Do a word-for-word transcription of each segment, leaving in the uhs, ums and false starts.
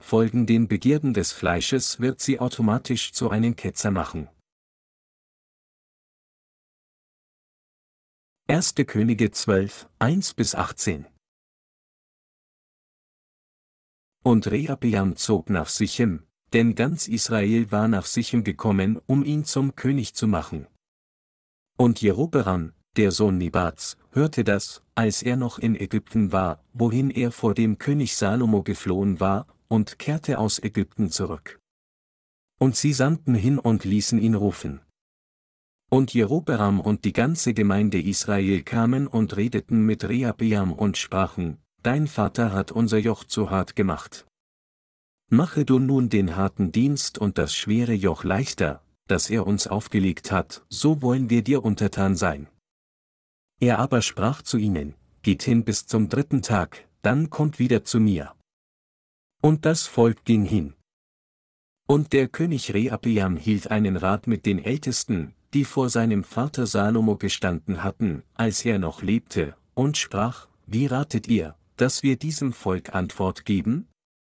folgen den Begierden des Fleisches wird sie automatisch zu einem Ketzer machen. erste Könige zwölf, eins bis achtzehn. Und Rehabeam zog nach Sichem, denn ganz Israel war nach Sichem gekommen, um ihn zum König zu machen. Und Jerobeam, der Sohn Nebats, hörte das, als er noch in Ägypten war, wohin er vor dem König Salomo geflohen war, und kehrte aus Ägypten zurück. Und sie sandten hin und ließen ihn rufen. Und Jerobeam und die ganze Gemeinde Israel kamen und redeten mit Rehabeam und sprachen: Dein Vater hat unser Joch zu hart gemacht. Mache du nun den harten Dienst und das schwere Joch leichter, das er uns aufgelegt hat, so wollen wir dir untertan sein. Er aber sprach zu ihnen: Geht hin bis zum dritten Tag, dann kommt wieder zu mir. Und das Volk ging hin. Und der König Rehabeam hielt einen Rat mit den Ältesten, die vor seinem Vater Salomo gestanden hatten, als er noch lebte, und sprach: Wie ratet ihr, dass wir diesem Volk Antwort geben?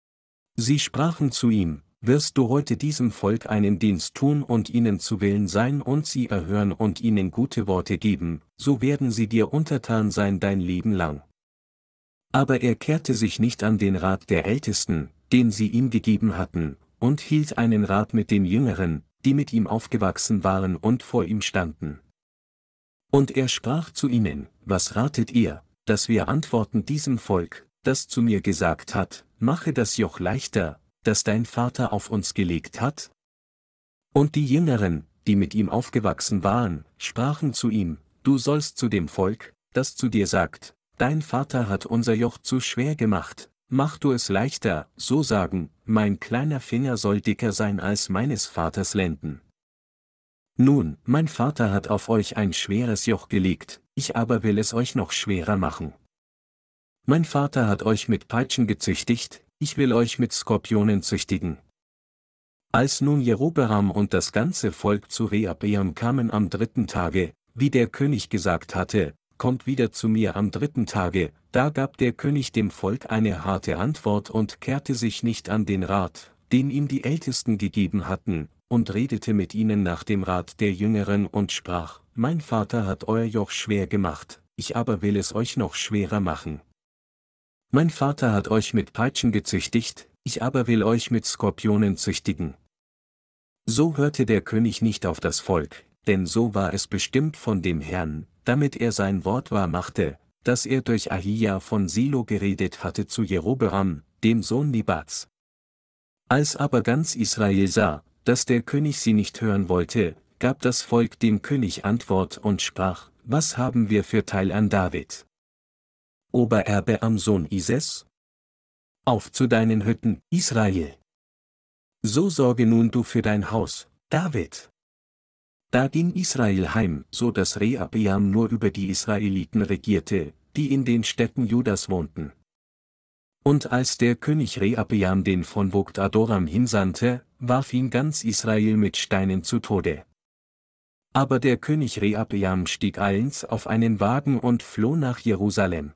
Sie sprachen zu ihm: Wirst du heute diesem Volk einen Dienst tun und ihnen zu Willen sein und sie erhören und ihnen gute Worte geben, so werden sie dir untertan sein dein Leben lang. Aber er kehrte sich nicht an den Rat der Ältesten, den sie ihm gegeben hatten, und hielt einen Rat mit den Jüngeren, die mit ihm aufgewachsen waren und vor ihm standen. Und er sprach zu ihnen: Was ratet ihr, dass wir antworten diesem Volk, das zu mir gesagt hat: Mache das Joch leichter, das dein Vater auf uns gelegt hat? Und die Jüngeren, die mit ihm aufgewachsen waren, sprachen zu ihm: Du sollst zu dem Volk, das zu dir sagt: Dein Vater hat unser Joch zu schwer gemacht, mach du es leichter, so sagen: Mein kleiner Finger soll dicker sein als meines Vaters Lenden. Nun, mein Vater hat auf euch ein schweres Joch gelegt, ich aber will es euch noch schwerer machen. Mein Vater hat euch mit Peitschen gezüchtigt, ich will euch mit Skorpionen züchtigen. Als nun Jerobeam und das ganze Volk zu Rehabeam kamen am dritten Tage, wie der König gesagt hatte: Kommt wieder zu mir am dritten Tage, da gab der König dem Volk eine harte Antwort und kehrte sich nicht an den Rat, den ihm die Ältesten gegeben hatten, und redete mit ihnen nach dem Rat der Jüngeren und sprach: Mein Vater hat euer Joch schwer gemacht, ich aber will es euch noch schwerer machen. Mein Vater hat euch mit Peitschen gezüchtigt, ich aber will euch mit Skorpionen züchtigen. So hörte der König nicht auf das Volk, denn so war es bestimmt von dem Herrn, damit er sein Wort wahr machte, das er durch Ahija von Silo geredet hatte zu Jerobeam, dem Sohn Nebats. Als aber ganz Israel sah, dass der König sie nicht hören wollte, gab das Volk dem König Antwort und sprach: Was haben wir für Teil an David? Obererbe am Sohn Ises? Auf zu deinen Hütten, Israel! So sorge nun du für dein Haus, David! Da ging Israel heim, so dass Rehabeam nur über die Israeliten regierte, die in den Städten Judas wohnten. Und als der König Rehabeam den von Vogt Adoram hinsandte, warf ihn ganz Israel mit Steinen zu Tode. Aber der König Rehabeam stieg eilends auf einen Wagen und floh nach Jerusalem.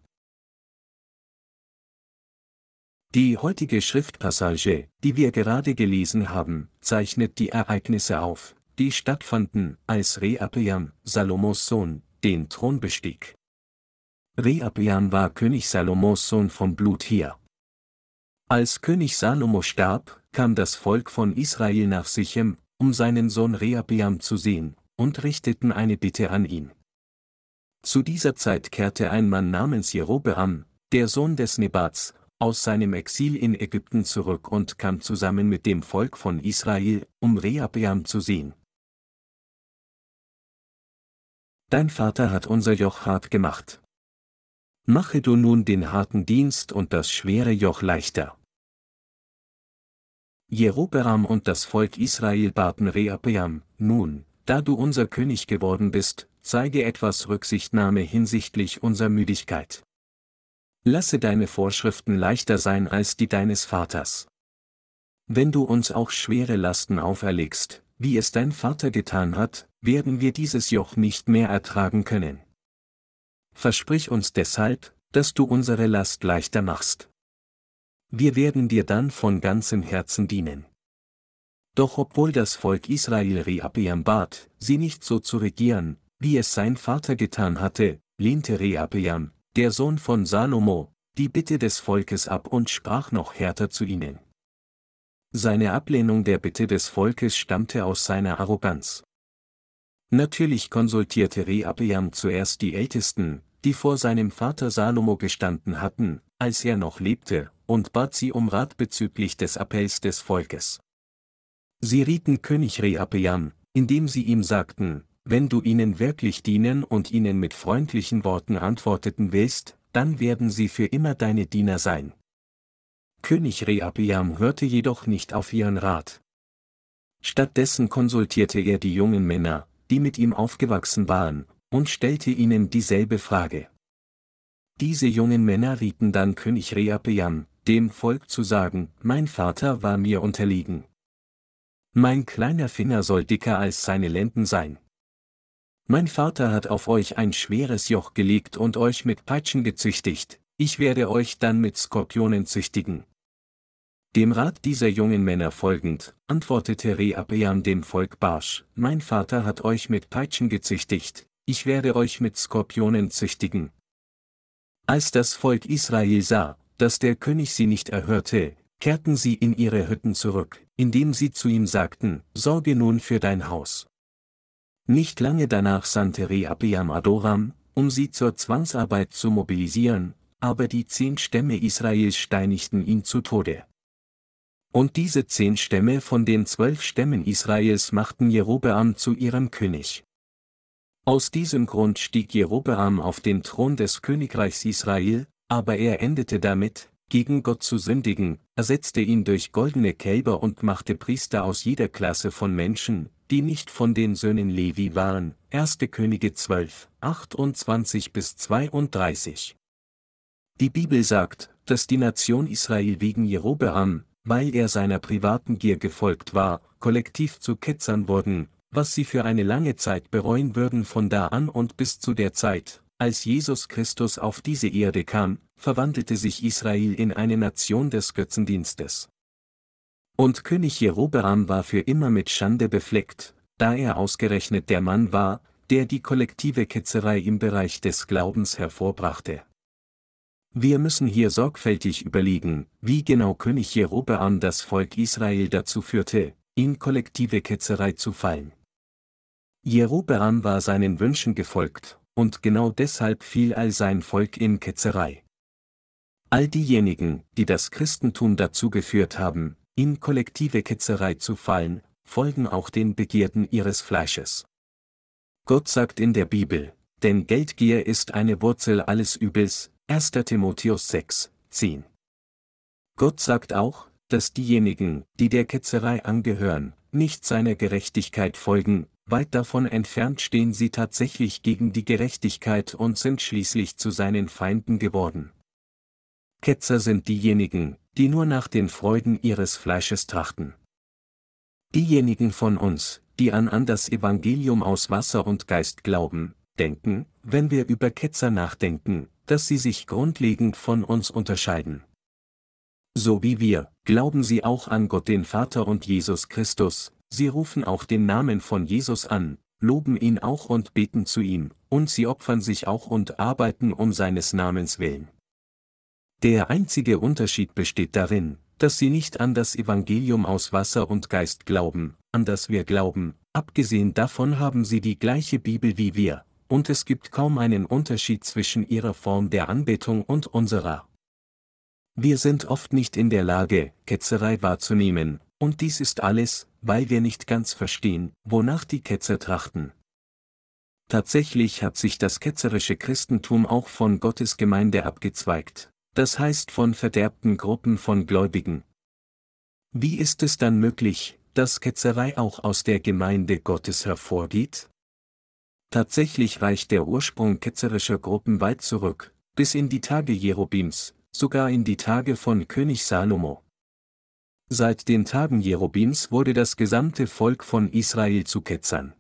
Die heutige Schriftpassage, die wir gerade gelesen haben, zeichnet die Ereignisse auf, die stattfanden, als Rehabeam, Salomos Sohn, den Thron bestieg. Rehabeam war König Salomos Sohn vom Blut her. Als König Salomo starb, kam das Volk von Israel nach Sichem, um seinen Sohn Rehabeam zu sehen, und richteten eine Bitte an ihn. Zu dieser Zeit kehrte ein Mann namens Jerobeam, der Sohn des Nebats, aus seinem Exil in Ägypten zurück und kam zusammen mit dem Volk von Israel, um Rehabeam zu sehen. Dein Vater hat unser Joch hart gemacht. Mache du nun den harten Dienst und das schwere Joch leichter. Jerobeam und das Volk Israel baten Rehabeam: Nun, da du unser König geworden bist, zeige etwas Rücksichtnahme hinsichtlich unserer Müdigkeit. Lasse deine Vorschriften leichter sein als die deines Vaters. Wenn du uns auch schwere Lasten auferlegst, wie es dein Vater getan hat, werden wir dieses Joch nicht mehr ertragen können. Versprich uns deshalb, dass du unsere Last leichter machst. wir werden dir dann von ganzem Herzen dienen. Doch obwohl das Volk Israel Rehabeam bat, sie nicht so zu regieren, wie es sein Vater getan hatte, lehnte Rehabeam, der Sohn von Salomo, die Bitte des Volkes ab und sprach noch härter zu ihnen. Seine Ablehnung der Bitte des Volkes stammte aus seiner Arroganz. Natürlich konsultierte Rehabeam zuerst die Ältesten, die vor seinem Vater Salomo gestanden hatten, als er noch lebte, und bat sie um Rat bezüglich des Appells des Volkes. Sie rieten König Rehabeam, indem sie ihm sagten, wenn du ihnen wirklich dienen und ihnen mit freundlichen Worten antworteten willst, dann werden sie für immer deine Diener sein. König Rehabeam hörte jedoch nicht auf ihren Rat. Stattdessen konsultierte er die jungen Männer, die mit ihm aufgewachsen waren, und stellte ihnen dieselbe Frage. Diese jungen Männer rieten dann König Rehabeam, dem Volk zu sagen, mein Vater war mir unterlegen. Mein kleiner Finger soll dicker als seine Lenden sein. Mein Vater hat auf euch ein schweres Joch gelegt und euch mit Peitschen gezüchtigt, ich werde euch dann mit Skorpionen züchtigen. Dem Rat dieser jungen Männer folgend, antwortete Rehabeam dem Volk barsch, mein Vater hat euch mit Peitschen gezüchtigt, ich werde euch mit Skorpionen züchtigen. Als das Volk Israel sah, dass der König sie nicht erhörte, kehrten sie in ihre Hütten zurück, indem sie zu ihm sagten, sorge nun für dein Haus. Nicht lange danach sandte Rehabeam Adoram, um sie zur Zwangsarbeit zu mobilisieren, aber die zehn Stämme Israels steinigten ihn zu Tode. Und diese zehn Stämme von den zwölf Stämmen Israels machten Jerobeam zu ihrem König. Aus diesem Grund stieg Jerobeam auf den Thron des Königreichs Israel, aber er endete damit, gegen Gott zu sündigen, ersetzte ihn durch goldene Kälber und machte Priester aus jeder Klasse von Menschen, die nicht von den Söhnen Levi waren. erste Könige zwölf, achtundzwanzig bis zweiunddreißig. Die Bibel sagt, dass die Nation Israel wegen Jerobeam, weil er seiner privaten Gier gefolgt war, kollektiv zu Ketzern wurden, was sie für eine lange Zeit bereuen würden. Von da an und bis zu der Zeit, als Jesus Christus auf diese Erde kam, verwandelte sich Israel in eine Nation des Götzendienstes. Und König Jerobeam war für immer mit Schande befleckt, da er ausgerechnet der Mann war, der die kollektive Ketzerei im Bereich des Glaubens hervorbrachte. Wir müssen hier sorgfältig überlegen, wie genau König Jerobeam das Volk Israel dazu führte, in kollektive Ketzerei zu fallen. Jerobeam war seinen Wünschen gefolgt, und genau deshalb fiel all sein Volk in Ketzerei. All diejenigen, die das Christentum dazu geführt haben, in kollektive Ketzerei zu fallen, folgen auch den Begierden ihres Fleisches. Gott sagt in der Bibel, denn Geldgier ist eine Wurzel alles Übels, erster Timotheus sechs, zehn. Gott sagt auch, dass diejenigen, die der Ketzerei angehören, nicht seiner Gerechtigkeit folgen, weit davon entfernt stehen sie tatsächlich gegen die Gerechtigkeit und sind schließlich zu seinen Feinden geworden. Ketzer sind diejenigen, die nur nach den Freuden ihres Fleisches trachten. Diejenigen von uns, die an an das Evangelium aus Wasser und Geist glauben, denken, wenn wir über Ketzer nachdenken, dass sie sich grundlegend von uns unterscheiden. So wie wir, glauben sie auch an Gott den Vater und Jesus Christus, sie rufen auch den Namen von Jesus an, loben ihn auch und beten zu ihm, und sie opfern sich auch und arbeiten um seines Namens willen. Der einzige Unterschied besteht darin, dass sie nicht an das Evangelium aus Wasser und Geist glauben, an das wir glauben, abgesehen davon haben sie die gleiche Bibel wie wir, und es gibt kaum einen Unterschied zwischen ihrer Form der Anbetung und unserer. Wir sind oft nicht in der Lage, Ketzerei wahrzunehmen, und dies ist alles, weil wir nicht ganz verstehen, wonach die Ketzer trachten. Tatsächlich hat sich das ketzerische Christentum auch von Gottes Gemeinde abgezweigt, das heißt von verderbten Gruppen von Gläubigen. Wie ist es dann möglich, dass Ketzerei auch aus der Gemeinde Gottes hervorgeht? Tatsächlich reicht der Ursprung ketzerischer Gruppen weit zurück, bis in die Tage Jerobims, sogar in die Tage von König Salomo. Seit den Tagen Jerobims wurde das gesamte Volk von Israel zu Ketzern.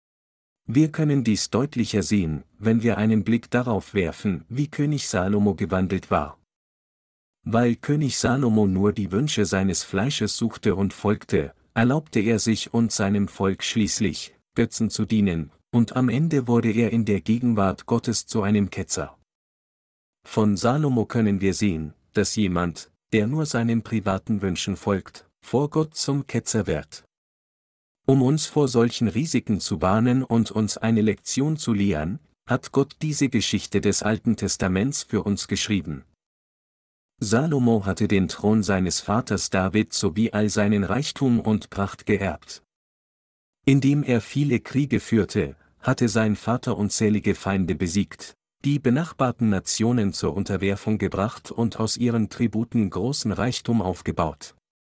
Wir können dies deutlicher sehen, wenn wir einen Blick darauf werfen, wie König Salomo gewandelt war. Weil König Salomo nur die Wünsche seines Fleisches suchte und folgte, erlaubte er sich und seinem Volk schließlich, Götzen zu dienen, und am Ende wurde er in der Gegenwart Gottes zu einem Ketzer. Von Salomo können wir sehen, dass jemand, der nur seinen privaten Wünschen folgt, vor Gott zum Ketzer wird. Um uns vor solchen Risiken zu warnen und uns eine Lektion zu lehren, hat Gott diese Geschichte des Alten Testaments für uns geschrieben. Salomo hatte den Thron seines Vaters David sowie all seinen Reichtum und Pracht geerbt. Indem er viele Kriege führte, hatte sein Vater unzählige Feinde besiegt, die benachbarten Nationen zur Unterwerfung gebracht und aus ihren Tributen großen Reichtum aufgebaut.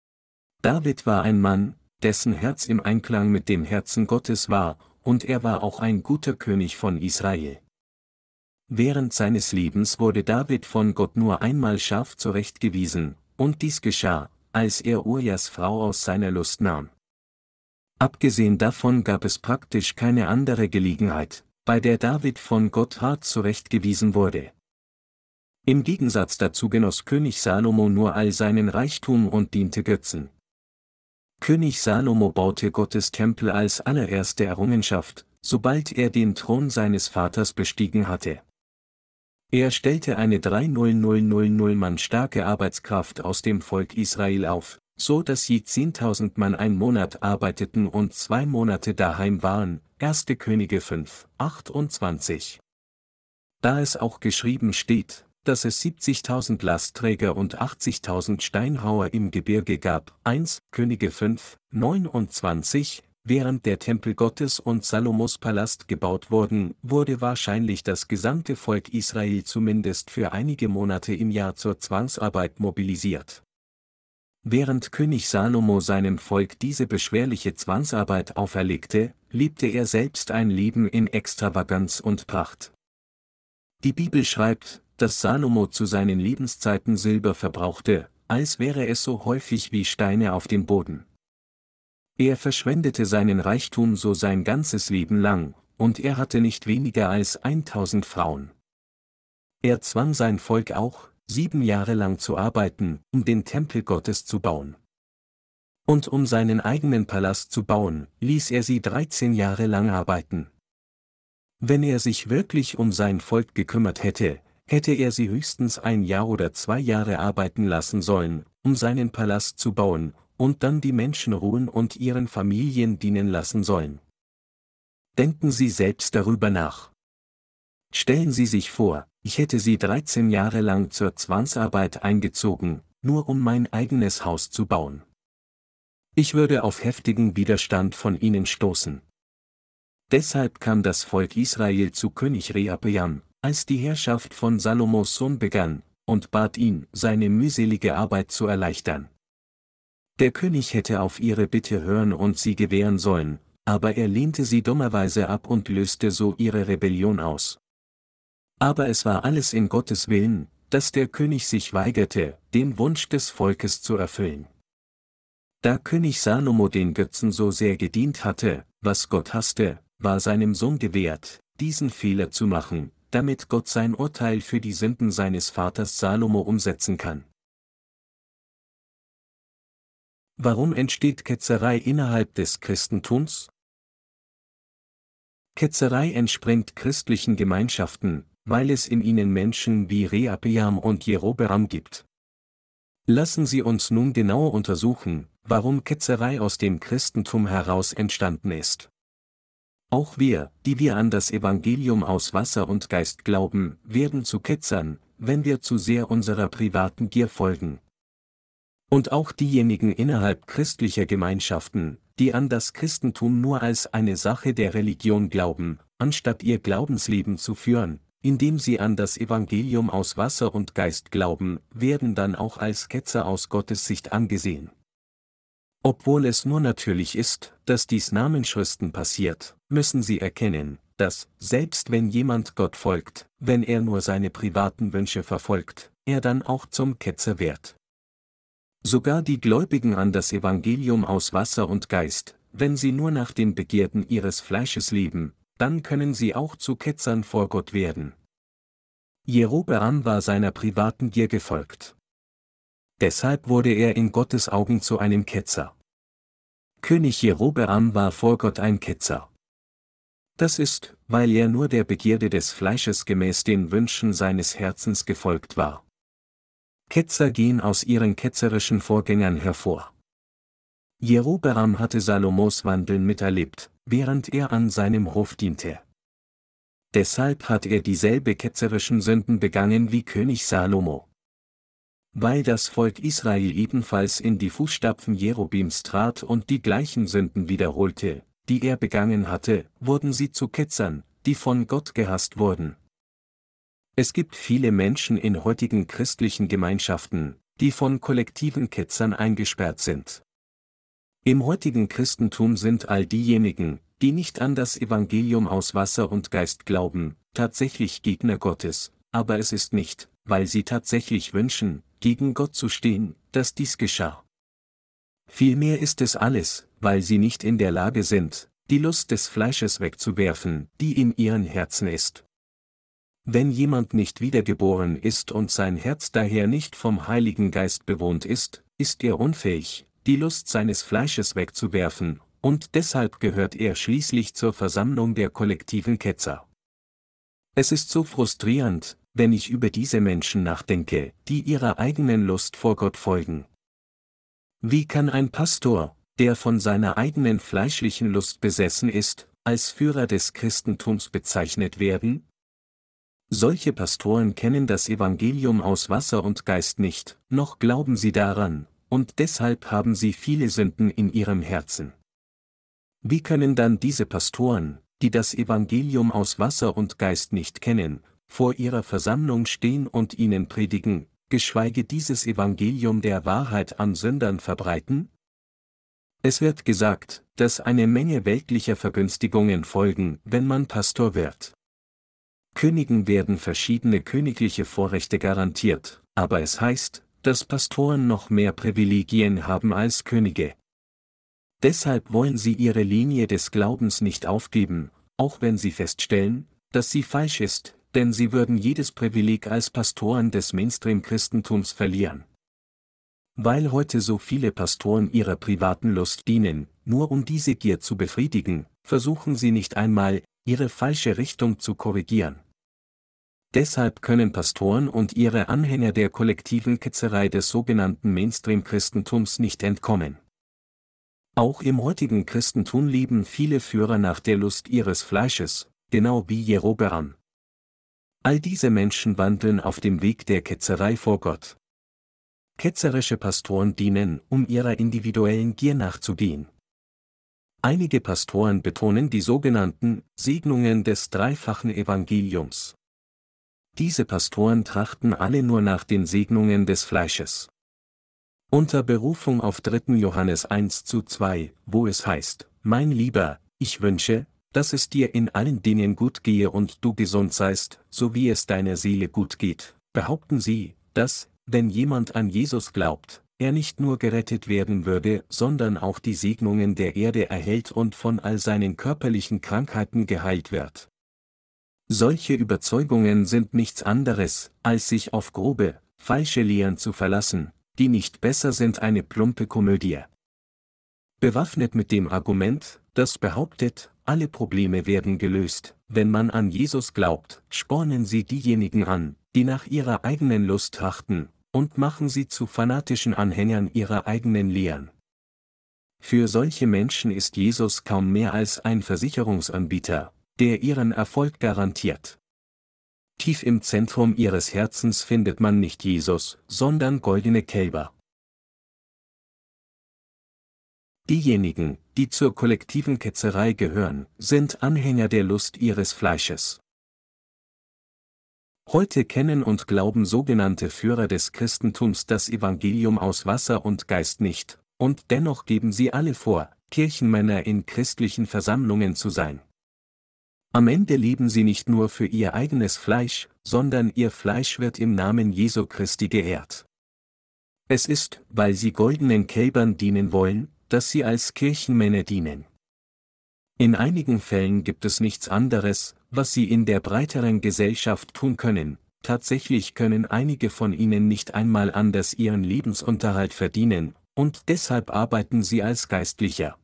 David war ein Mann, dessen Herz im Einklang mit dem Herzen Gottes war, und er war auch ein guter König von Israel. Während seines Lebens wurde David von Gott nur einmal scharf zurechtgewiesen, und dies geschah, als er Urias Frau aus seiner Lust nahm. Abgesehen davon gab es praktisch keine andere Gelegenheit, bei der David von Gott hart zurechtgewiesen wurde. Im Gegensatz dazu genoss König Salomo nur all seinen Reichtum und diente Götzen. König Salomo baute Gottes Tempel als allererste Errungenschaft, sobald er den Thron seines Vaters bestiegen hatte. Er stellte eine dreitausend Mann starke Arbeitskraft aus dem Volk Israel auf, so dass je zehntausend Mann einen Monat arbeiteten und zwei Monate daheim waren, erste Könige fünf, achtundzwanzig. Da es auch geschrieben steht, dass es siebzigtausend Lastträger und achtzigtausend Steinhauer im Gebirge gab, erste Könige fünf, neunundzwanzig, während der Tempel Gottes und Salomos Palast gebaut wurden, wurde wahrscheinlich das gesamte Volk Israel zumindest für einige Monate im Jahr zur Zwangsarbeit mobilisiert. Während König Salomo seinem Volk diese beschwerliche Zwangsarbeit auferlegte, lebte er selbst ein Leben in Extravaganz und Pracht. Die Bibel schreibt, dass Salomo zu seinen Lebenszeiten Silber verbrauchte, als wäre es so häufig wie Steine auf dem Boden. Er verschwendete seinen Reichtum so sein ganzes Leben lang, und er hatte nicht weniger als tausend Frauen. Er zwang sein Volk auch, sieben Jahre lang zu arbeiten, um den Tempel Gottes zu bauen. Und um seinen eigenen Palast zu bauen, ließ er sie dreizehn Jahre lang arbeiten. Wenn er sich wirklich um sein Volk gekümmert hätte, hätte er sie höchstens ein Jahr oder zwei Jahre arbeiten lassen sollen, um seinen Palast zu bauen, und dann die Menschen ruhen und ihren Familien dienen lassen sollen. Denken Sie selbst darüber nach. Stellen Sie sich vor, ich hätte Sie dreizehn Jahre lang zur Zwangsarbeit eingezogen, nur um mein eigenes Haus zu bauen. Ich würde auf heftigen Widerstand von Ihnen stoßen. Deshalb kam das Volk Israel zu König Rehabeam, als die Herrschaft von Salomos Sohn begann, und bat ihn, seine mühselige Arbeit zu erleichtern. Der König hätte auf ihre Bitte hören und sie gewähren sollen, aber er lehnte sie dummerweise ab und löste so ihre Rebellion aus. Aber es war alles in Gottes Willen, dass der König sich weigerte, den Wunsch des Volkes zu erfüllen. Da König Salomo den Götzen so sehr gedient hatte, was Gott hasste, war seinem Sohn gewährt, diesen Fehler zu machen, damit Gott sein Urteil für die Sünden seines Vaters Salomo umsetzen kann. Warum entsteht Ketzerei innerhalb des Christentums? Ketzerei entspringt christlichen Gemeinschaften, weil es in ihnen Menschen wie Rehabeam und Jerobeam gibt. Lassen Sie uns nun genauer untersuchen, warum Ketzerei aus dem Christentum heraus entstanden ist. Auch wir, die wir an das Evangelium aus Wasser und Geist glauben, werden zu Ketzern, wenn wir zu sehr unserer privaten Gier folgen. Und auch diejenigen innerhalb christlicher Gemeinschaften, die an das Christentum nur als eine Sache der Religion glauben, anstatt ihr Glaubensleben zu führen, indem sie an das Evangelium aus Wasser und Geist glauben, werden dann auch als Ketzer aus Gottes Sicht angesehen. Obwohl es nur natürlich ist, dass dies Namenschristen passiert, müssen sie erkennen, dass, selbst wenn jemand Gott folgt, wenn er nur seine privaten Wünsche verfolgt, er dann auch zum Ketzer wird. Sogar die Gläubigen an das Evangelium aus Wasser und Geist, wenn sie nur nach den Begierden ihres Fleisches leben, dann können sie auch zu Ketzern vor Gott werden. Jerobeam war seiner privaten Gier gefolgt. Deshalb wurde er in Gottes Augen zu einem Ketzer. König Jerobeam war vor Gott ein Ketzer. Das ist, weil er nur der Begierde des Fleisches gemäß den Wünschen seines Herzens gefolgt war. Ketzer gehen aus ihren ketzerischen Vorgängern hervor. Jerobeam hatte Salomos Wandeln miterlebt, während er an seinem Hof diente. Deshalb hat er dieselbe ketzerischen Sünden begangen wie König Salomo. Weil das Volk Israel ebenfalls in die Fußstapfen Jerobeams trat und die gleichen Sünden wiederholte, die er begangen hatte, wurden sie zu Ketzern, die von Gott gehasst wurden. Es gibt viele Menschen in heutigen christlichen Gemeinschaften, die von kollektiven Ketzern eingesperrt sind. Im heutigen Christentum sind all diejenigen, die nicht an das Evangelium aus Wasser und Geist glauben, tatsächlich Gegner Gottes, aber es ist nicht, weil sie tatsächlich wünschen, gegen Gott zu stehen, dass dies geschah. Vielmehr ist es alles, weil sie nicht in der Lage sind, die Lust des Fleisches wegzuwerfen, die in ihren Herzen ist. Wenn jemand nicht wiedergeboren ist und sein Herz daher nicht vom Heiligen Geist bewohnt ist, ist er unfähig, die Lust seines Fleisches wegzuwerfen, und deshalb gehört er schließlich zur Versammlung der kollektiven Ketzer. Es ist so frustrierend, wenn ich über diese Menschen nachdenke, die ihrer eigenen Lust vor Gott folgen. Wie kann ein Pastor, der von seiner eigenen fleischlichen Lust besessen ist, als Führer des Christentums bezeichnet werden? Solche Pastoren kennen das Evangelium aus Wasser und Geist nicht, noch glauben sie daran, und deshalb haben sie viele Sünden in ihrem Herzen. Wie können dann diese Pastoren, die das Evangelium aus Wasser und Geist nicht kennen, vor ihrer Versammlung stehen und ihnen predigen, geschweige dieses Evangelium der Wahrheit an Sündern verbreiten? Es wird gesagt, dass eine Menge weltlicher Vergünstigungen folgen, wenn man Pastor wird. Königen werden verschiedene königliche Vorrechte garantiert, aber es heißt, dass Pastoren noch mehr Privilegien haben als Könige. Deshalb wollen sie ihre Linie des Glaubens nicht aufgeben, auch wenn sie feststellen, dass sie falsch ist, denn sie würden jedes Privileg als Pastoren des Mainstream-Christentums verlieren. Weil heute so viele Pastoren ihrer privaten Lust dienen, nur um diese Gier zu befriedigen, versuchen sie nicht einmal, ihre falsche Richtung zu korrigieren. Deshalb können Pastoren und ihre Anhänger der kollektiven Ketzerei des sogenannten Mainstream-Christentums nicht entkommen. Auch im heutigen Christentum leben viele Führer nach der Lust ihres Fleisches, genau wie Jerobeam. All diese Menschen wandeln auf dem Weg der Ketzerei vor Gott. Ketzerische Pastoren dienen, um ihrer individuellen Gier nachzugehen. Einige Pastoren betonen die sogenannten Segnungen des dreifachen Evangeliums. Diese Pastoren trachten alle nur nach den Segnungen des Fleisches. Unter Berufung auf dritten Johannes eins zu zwei, wo es heißt, mein Lieber, ich wünsche, dass es dir in allen Dingen gut gehe und du gesund seist, so wie es deiner Seele gut geht, behaupten sie, dass, wenn jemand an Jesus glaubt, er nicht nur gerettet werden würde, sondern auch die Segnungen der Erde erhält und von all seinen körperlichen Krankheiten geheilt wird. Solche Überzeugungen sind nichts anderes, als sich auf grobe, falsche Lehren zu verlassen, die nicht besser sind eine plumpe Komödie. Bewaffnet mit dem Argument, das behauptet, alle Probleme werden gelöst, wenn man an Jesus glaubt, spornen sie diejenigen an, die nach ihrer eigenen Lust trachten, und machen sie zu fanatischen Anhängern ihrer eigenen Lehren. Für solche Menschen ist Jesus kaum mehr als ein Versicherungsanbieter, der ihren Erfolg garantiert. Tief im Zentrum ihres Herzens findet man nicht Jesus, sondern goldene Kälber. Diejenigen, die zur kollektiven Ketzerei gehören, sind Anhänger der Lust ihres Fleisches. Heute kennen und glauben sogenannte Führer des Christentums das Evangelium aus Wasser und Geist nicht, und dennoch geben sie alle vor, Kirchenmänner in christlichen Versammlungen zu sein. Am Ende leben sie nicht nur für ihr eigenes Fleisch, sondern ihr Fleisch wird im Namen Jesu Christi geehrt. Es ist, weil sie goldenen Kälbern dienen wollen, dass sie als Kirchenmänner dienen. In einigen Fällen gibt es nichts anderes, was sie in der breiteren Gesellschaft tun können, tatsächlich können einige von ihnen nicht einmal anders ihren Lebensunterhalt verdienen, und deshalb arbeiten sie als Geistlicher.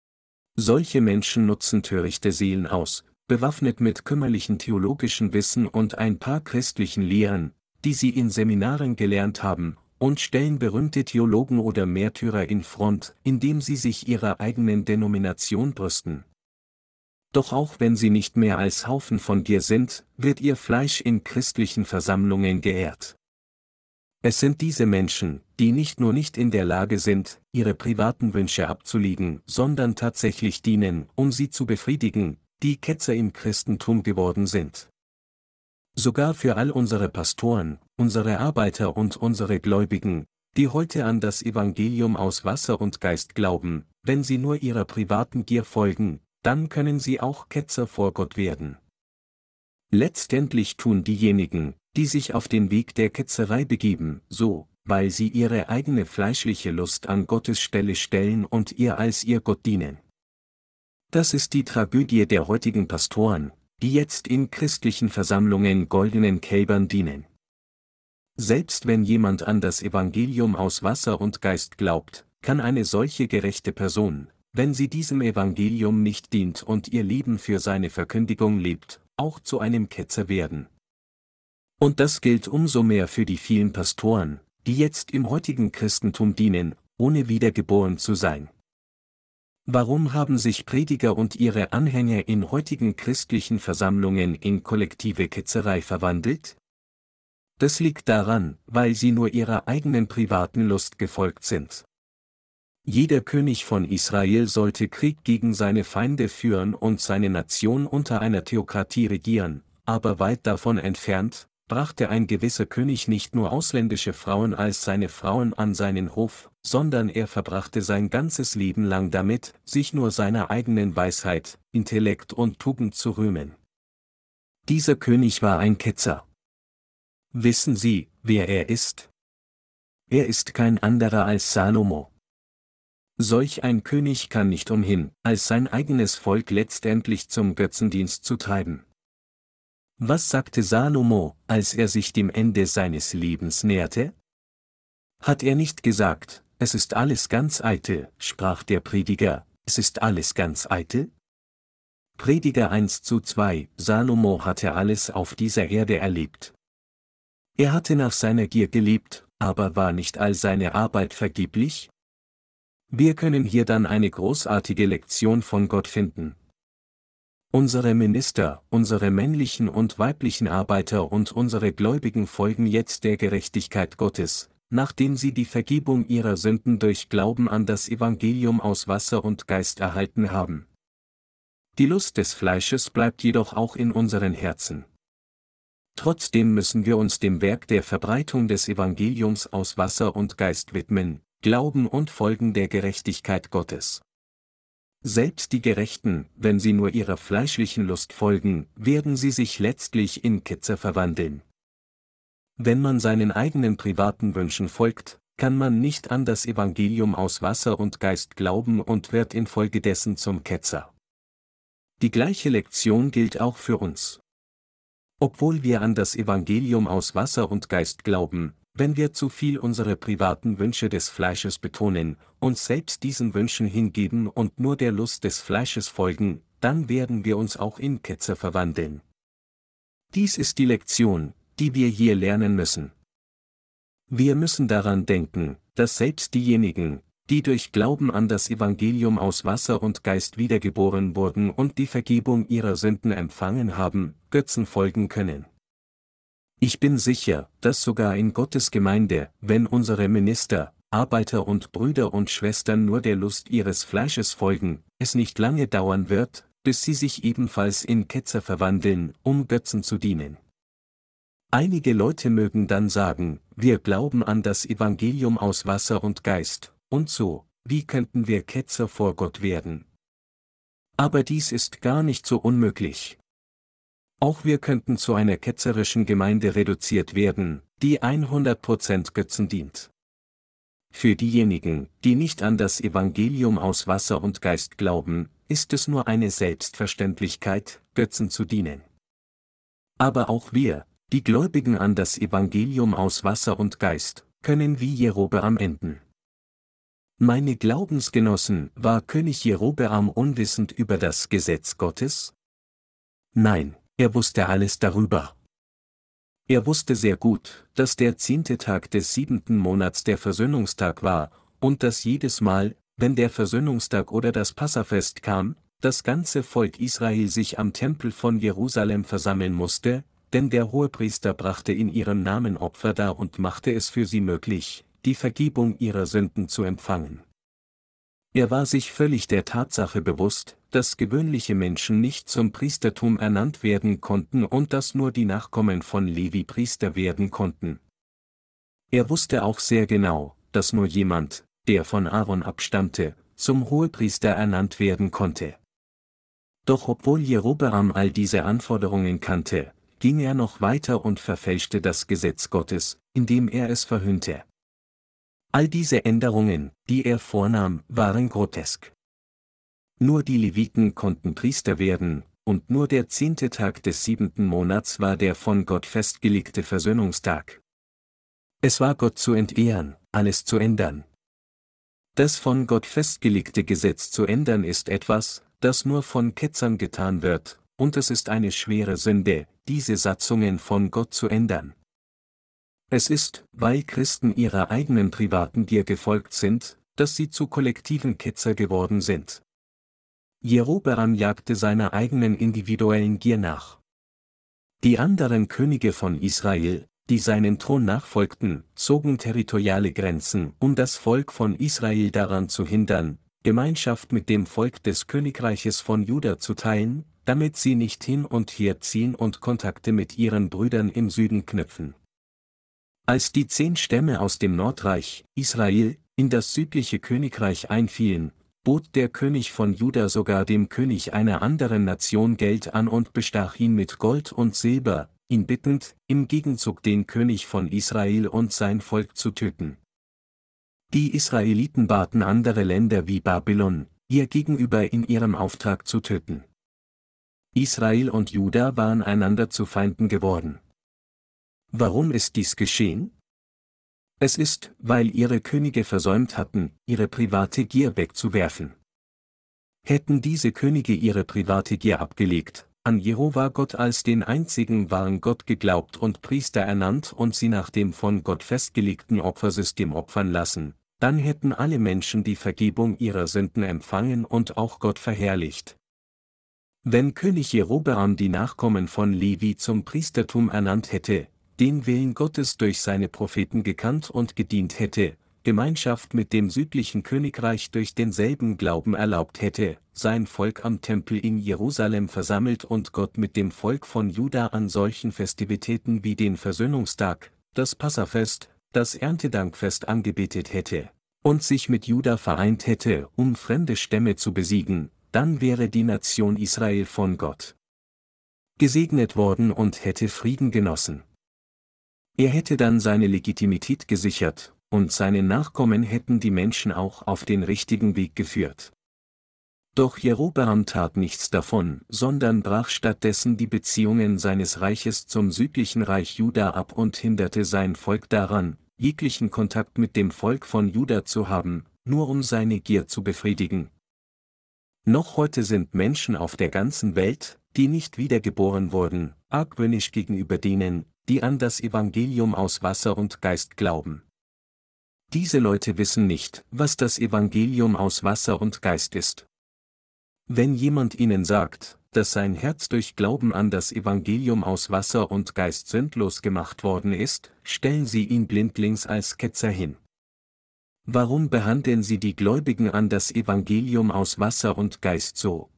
Solche Menschen nutzen törichte Seelen aus, bewaffnet mit kümmerlichen theologischen Wissen und ein paar christlichen Lehren, die sie in Seminaren gelernt haben, und stellen berühmte Theologen oder Märtyrer in Front, indem sie sich ihrer eigenen Denomination brüsten. Doch auch wenn sie nicht mehr als Haufen von Gier sind, wird ihr Fleisch in christlichen Versammlungen geehrt. Es sind diese Menschen, die nicht nur nicht in der Lage sind, ihre privaten Wünsche abzulegen, sondern tatsächlich dienen, um sie zu befriedigen, die Ketzer im Christentum geworden sind. Sogar für all unsere Pastoren, unsere Arbeiter und unsere Gläubigen, die heute an das Evangelium aus Wasser und Geist glauben, wenn sie nur ihrer privaten Gier folgen, dann können sie auch Ketzer vor Gott werden. Letztendlich tun diejenigen, die sich auf den Weg der Ketzerei begeben, so, weil sie ihre eigene fleischliche Lust an Gottes Stelle stellen und ihr als ihr Gott dienen. Das ist die Tragödie der heutigen Pastoren, die jetzt in christlichen Versammlungen goldenen Kälbern dienen. Selbst wenn jemand an das Evangelium aus Wasser und Geist glaubt, kann eine solche gerechte Person, wenn sie diesem Evangelium nicht dient und ihr Leben für seine Verkündigung lebt, auch zu einem Ketzer werden. Und das gilt umso mehr für die vielen Pastoren, die jetzt im heutigen Christentum dienen, ohne wiedergeboren zu sein. Warum haben sich Prediger und ihre Anhänger in heutigen christlichen Versammlungen in kollektive Ketzerei verwandelt? Das liegt daran, weil sie nur ihrer eigenen privaten Lust gefolgt sind. Jeder König von Israel sollte Krieg gegen seine Feinde führen und seine Nation unter einer Theokratie regieren, aber weit davon entfernt, brachte ein gewisser König nicht nur ausländische Frauen als seine Frauen an seinen Hof, sondern er verbrachte sein ganzes Leben lang damit, sich nur seiner eigenen Weisheit, Intellekt und Tugend zu rühmen. Dieser König war ein Ketzer. Wissen Sie, wer er ist? Er ist kein anderer als Salomo. Solch ein König kann nicht umhin, als sein eigenes Volk letztendlich zum Götzendienst zu treiben. Was sagte Salomo, als er sich dem Ende seines Lebens näherte? Hat er nicht gesagt, es ist alles ganz eitel, sprach der Prediger, es ist alles ganz eitel? Prediger eins zu zwei, Salomo hatte alles auf dieser Erde erlebt. Er hatte nach seiner Gier gelebt, aber war nicht all seine Arbeit vergeblich? Wir können hier dann eine großartige Lektion von Gott finden. Unsere Minister, unsere männlichen und weiblichen Arbeiter und unsere Gläubigen folgen jetzt der Gerechtigkeit Gottes, nachdem sie die Vergebung ihrer Sünden durch Glauben an das Evangelium aus Wasser und Geist erhalten haben. Die Lust des Fleisches bleibt jedoch auch in unseren Herzen. Trotzdem müssen wir uns dem Werk der Verbreitung des Evangeliums aus Wasser und Geist widmen, glauben und folgen der Gerechtigkeit Gottes. Selbst die Gerechten, wenn sie nur ihrer fleischlichen Lust folgen, werden sie sich letztlich in Ketzer verwandeln. Wenn man seinen eigenen privaten Wünschen folgt, kann man nicht an das Evangelium aus Wasser und Geist glauben und wird infolgedessen zum Ketzer. Die gleiche Lektion gilt auch für uns. Obwohl wir an das Evangelium aus Wasser und Geist glauben, wenn wir zu viel unsere privaten Wünsche des Fleisches betonen, uns selbst diesen Wünschen hingeben und nur der Lust des Fleisches folgen, dann werden wir uns auch in Ketzer verwandeln. Dies ist die Lektion, die wir hier lernen müssen. Wir müssen daran denken, dass selbst diejenigen, die durch Glauben an das Evangelium aus Wasser und Geist wiedergeboren wurden und die Vergebung ihrer Sünden empfangen haben, Götzen folgen können. Ich bin sicher, dass sogar in Gottes Gemeinde, wenn unsere Minister, Arbeiter und Brüder und Schwestern nur der Lust ihres Fleisches folgen, es nicht lange dauern wird, bis sie sich ebenfalls in Ketzer verwandeln, um Götzen zu dienen. Einige Leute mögen dann sagen, wir glauben an das Evangelium aus Wasser und Geist, und so, wie könnten wir Ketzer vor Gott werden? Aber dies ist gar nicht so unmöglich. Auch wir könnten zu einer ketzerischen Gemeinde reduziert werden, die hundert Prozent Götzen dient. Für diejenigen, die nicht an das Evangelium aus Wasser und Geist glauben, ist es nur eine Selbstverständlichkeit, Götzen zu dienen. Aber auch wir, Die Gläubigen an das Evangelium aus Wasser und Geist können wie Jerobeam enden. Meine Glaubensgenossen, war König Jerobeam unwissend über das Gesetz Gottes? Nein, er wusste alles darüber. Er wusste sehr gut, dass der zehnte Tag des siebenten Monats der Versöhnungstag war, und dass jedes Mal, wenn der Versöhnungstag oder das Passafest kam, das ganze Volk Israel sich am Tempel von Jerusalem versammeln musste, denn der Hohepriester brachte in ihrem Namen Opfer dar und machte es für sie möglich, die Vergebung ihrer Sünden zu empfangen. Er war sich völlig der Tatsache bewusst, dass gewöhnliche Menschen nicht zum Priestertum ernannt werden konnten und dass nur die Nachkommen von Levi Priester werden konnten. Er wusste auch sehr genau, dass nur jemand, der von Aaron abstammte, zum Hohepriester ernannt werden konnte. Doch obwohl Jerobeam all diese Anforderungen kannte, ging er noch weiter und verfälschte das Gesetz Gottes, indem er es verhöhnte. All diese Änderungen, die er vornahm, waren grotesk. Nur die Leviten konnten Priester werden, und nur der zehnte Tag des siebenten Monats war der von Gott festgelegte Versöhnungstag. Es war Gott zu entehren, alles zu ändern. Das von Gott festgelegte Gesetz zu ändern ist etwas, das nur von Ketzern getan wird, und es ist eine schwere Sünde, diese Satzungen von Gott zu ändern. Es ist, weil Christen ihrer eigenen privaten Gier gefolgt sind, dass sie zu kollektiven Ketzer geworden sind. Jerobeam jagte seiner eigenen individuellen Gier nach. Die anderen Könige von Israel, die seinen Thron nachfolgten, zogen territoriale Grenzen, um das Volk von Israel daran zu hindern, Gemeinschaft mit dem Volk des Königreiches von Juda zu teilen, damit sie nicht hin und her ziehen und Kontakte mit ihren Brüdern im Süden knüpfen. Als die zehn Stämme aus dem Nordreich, Israel, in das südliche Königreich einfielen, bot der König von Juda sogar dem König einer anderen Nation Geld an und bestach ihn mit Gold und Silber, ihn bittend, im Gegenzug den König von Israel und sein Volk zu töten. Die Israeliten baten andere Länder wie Babylon, ihr Gegenüber in ihrem Auftrag zu töten. Israel und Juda waren einander zu Feinden geworden. Warum ist dies geschehen? Es ist, weil ihre Könige versäumt hatten, ihre private Gier wegzuwerfen. Hätten diese Könige ihre private Gier abgelegt, an Jehova Gott als den einzigen wahren Gott geglaubt und Priester ernannt und sie nach dem von Gott festgelegten Opfersystem opfern lassen, dann hätten alle Menschen die Vergebung ihrer Sünden empfangen und auch Gott verherrlicht. Wenn König Jerobeam die Nachkommen von Levi zum Priestertum ernannt hätte, den Willen Gottes durch seine Propheten gekannt und gedient hätte, Gemeinschaft mit dem südlichen Königreich durch denselben Glauben erlaubt hätte, sein Volk am Tempel in Jerusalem versammelt und Gott mit dem Volk von Juda an solchen Festivitäten wie den Versöhnungstag, das Passafest, das Erntedankfest angebetet hätte, und sich mit Juda vereint hätte, um fremde Stämme zu besiegen, dann wäre die Nation Israel von Gott gesegnet worden und hätte Frieden genossen. Er hätte dann seine Legitimität gesichert, und seine Nachkommen hätten die Menschen auch auf den richtigen Weg geführt. Doch Jerobeam tat nichts davon, sondern brach stattdessen die Beziehungen seines Reiches zum südlichen Reich Juda ab und hinderte sein Volk daran, jeglichen Kontakt mit dem Volk von Juda zu haben, nur um seine Gier zu befriedigen. Noch heute sind Menschen auf der ganzen Welt, die nicht wiedergeboren wurden, argwöhnisch gegenüber denen, die an das Evangelium aus Wasser und Geist glauben. Diese Leute wissen nicht, was das Evangelium aus Wasser und Geist ist. Wenn jemand ihnen sagt, dass sein Herz durch Glauben an das Evangelium aus Wasser und Geist sündlos gemacht worden ist, stellen sie ihn blindlings als Ketzer hin. Warum behandeln sie die Gläubigen an das Evangelium aus Wasser und Geist so?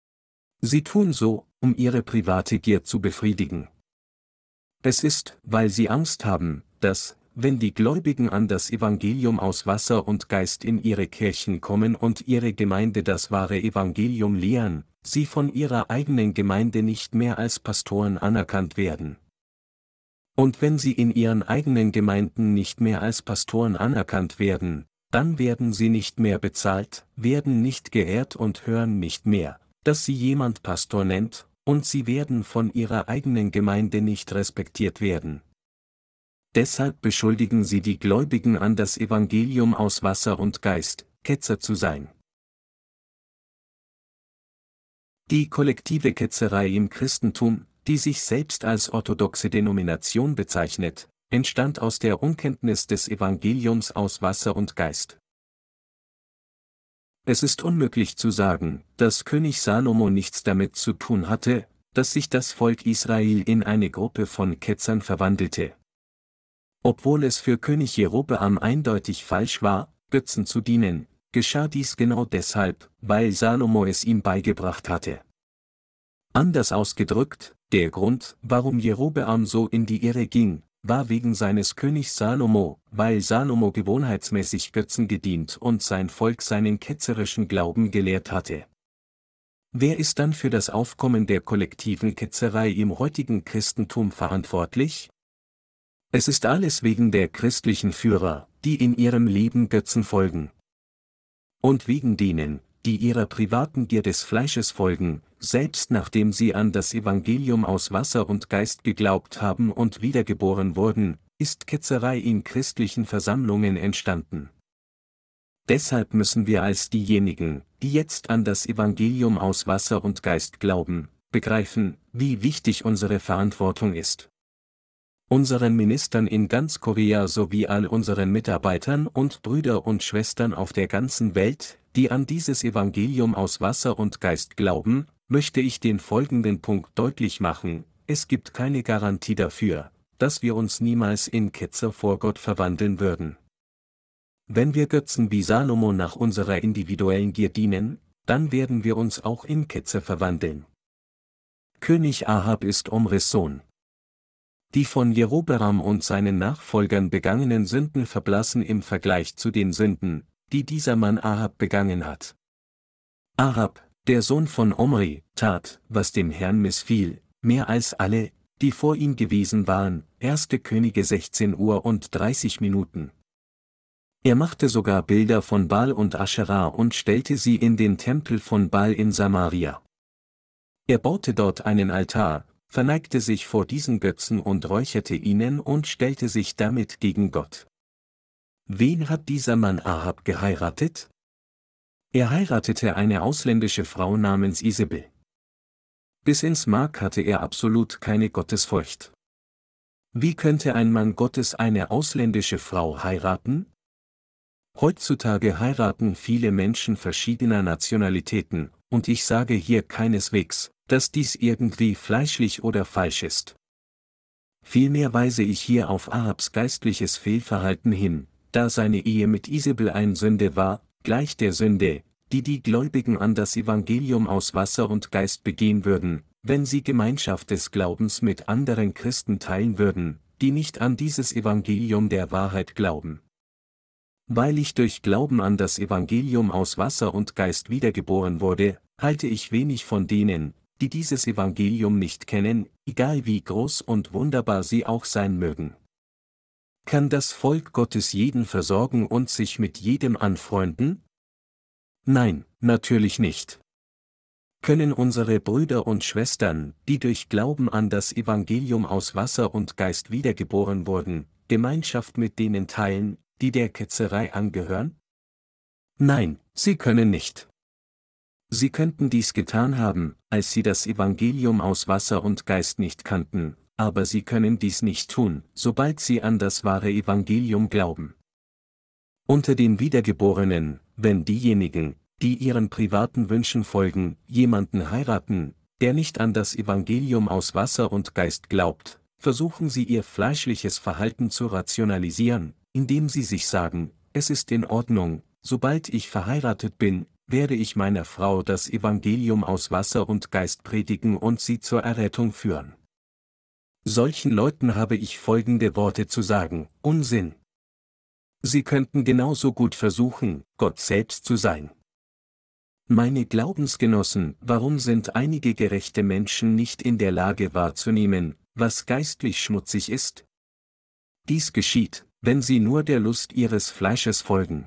Sie tun so, um ihre private Gier zu befriedigen. Es ist, weil sie Angst haben, dass, wenn die Gläubigen an das Evangelium aus Wasser und Geist in ihre Kirchen kommen und ihre Gemeinde das wahre Evangelium lehren, sie von ihrer eigenen Gemeinde nicht mehr als Pastoren anerkannt werden. Und wenn sie in ihren eigenen Gemeinden nicht mehr als Pastoren anerkannt werden, dann werden sie nicht mehr bezahlt, werden nicht geehrt und hören nicht mehr, dass sie jemand Pastor nennt, und sie werden von ihrer eigenen Gemeinde nicht respektiert werden. Deshalb beschuldigen sie die Gläubigen an das Evangelium aus Wasser und Geist, Ketzer zu sein. Die kollektive Ketzerei im Christentum, die sich selbst als orthodoxe Denomination bezeichnet, entstand aus der Unkenntnis des Evangeliums aus Wasser und Geist. Es ist unmöglich zu sagen, dass König Salomo nichts damit zu tun hatte, dass sich das Volk Israel in eine Gruppe von Ketzern verwandelte. Obwohl es für König Jerobeam eindeutig falsch war, Götzen zu dienen, geschah dies genau deshalb, weil Salomo es ihm beigebracht hatte. Anders ausgedrückt, der Grund, warum Jerobeam so in die Irre ging, war wegen seines Königs Salomo, weil Salomo gewohnheitsmäßig Götzen gedient und sein Volk seinen ketzerischen Glauben gelehrt hatte. Wer ist dann für das Aufkommen der kollektiven Ketzerei im heutigen Christentum verantwortlich? Es ist alles wegen der christlichen Führer, die in ihrem Leben Götzen folgen. Und wegen denen, die ihrer privaten Gier des Fleisches folgen, selbst nachdem sie an das Evangelium aus Wasser und Geist geglaubt haben und wiedergeboren wurden, ist Ketzerei in christlichen Versammlungen entstanden. Deshalb müssen wir als diejenigen, die jetzt an das Evangelium aus Wasser und Geist glauben, begreifen, wie wichtig unsere Verantwortung ist. Unseren Ministern in ganz Korea sowie all unseren Mitarbeitern und Brüder und Schwestern auf der ganzen Welt, die an dieses Evangelium aus Wasser und Geist glauben, möchte ich den folgenden Punkt deutlich machen: Es gibt keine Garantie dafür, dass wir uns niemals in Ketzer vor Gott verwandeln würden. Wenn wir Götzen wie Salomo nach unserer individuellen Gier dienen, dann werden wir uns auch in Ketzer verwandeln. König Ahab ist Omris Sohn. Die von Jerobeam und seinen Nachfolgern begangenen Sünden verblassen im Vergleich zu den Sünden, die dieser Mann Ahab begangen hat. Ahab, der Sohn von Omri, tat, was dem Herrn missfiel, mehr als alle, die vor ihm gewesen waren. erste Könige sechzehn Uhr und dreißig Minuten. Er machte sogar Bilder von Baal und Aschera und stellte sie in den Tempel von Baal in Samaria. Er baute dort einen Altar, verneigte sich vor diesen Götzen und räucherte ihnen und stellte sich damit gegen Gott. Wen hat dieser Mann Ahab geheiratet? Er heiratete eine ausländische Frau namens Isabel. Bis ins Mark hatte er absolut keine Gottesfurcht. Wie könnte ein Mann Gottes eine ausländische Frau heiraten? Heutzutage heiraten viele Menschen verschiedener Nationalitäten, und ich sage hier keineswegs, dass dies irgendwie fleischlich oder falsch ist. Vielmehr weise ich hier auf Ahabs geistliches Fehlverhalten hin, da seine Ehe mit Isabel eine Sünde war, gleich der Sünde, die die Gläubigen an das Evangelium aus Wasser und Geist begehen würden, wenn sie Gemeinschaft des Glaubens mit anderen Christen teilen würden, die nicht an dieses Evangelium der Wahrheit glauben. Weil ich durch Glauben an das Evangelium aus Wasser und Geist wiedergeboren wurde, halte ich wenig von denen, die dieses Evangelium nicht kennen, egal wie groß und wunderbar sie auch sein mögen. Kann das Volk Gottes jeden versorgen und sich mit jedem anfreunden? Nein, natürlich nicht. Können unsere Brüder und Schwestern, die durch Glauben an das Evangelium aus Wasser und Geist wiedergeboren wurden, Gemeinschaft mit denen teilen, die der Ketzerei angehören? Nein, sie können nicht. Sie könnten dies getan haben, als sie das Evangelium aus Wasser und Geist nicht kannten, aber sie können dies nicht tun, sobald sie an das wahre Evangelium glauben. Unter den Wiedergeborenen, wenn diejenigen, die ihren privaten Wünschen folgen, jemanden heiraten, der nicht an das Evangelium aus Wasser und Geist glaubt, versuchen sie ihr fleischliches Verhalten zu rationalisieren, indem sie sich sagen: Es ist in Ordnung, sobald ich verheiratet bin, werde ich meiner Frau das Evangelium aus Wasser und Geist predigen und sie zur Errettung führen. Solchen Leuten habe ich folgende Worte zu sagen: Unsinn. Sie könnten genauso gut versuchen, Gott selbst zu sein. Meine Glaubensgenossen, warum sind einige gerechte Menschen nicht in der Lage wahrzunehmen, was geistlich schmutzig ist? Dies geschieht, wenn sie nur der Lust ihres Fleisches folgen.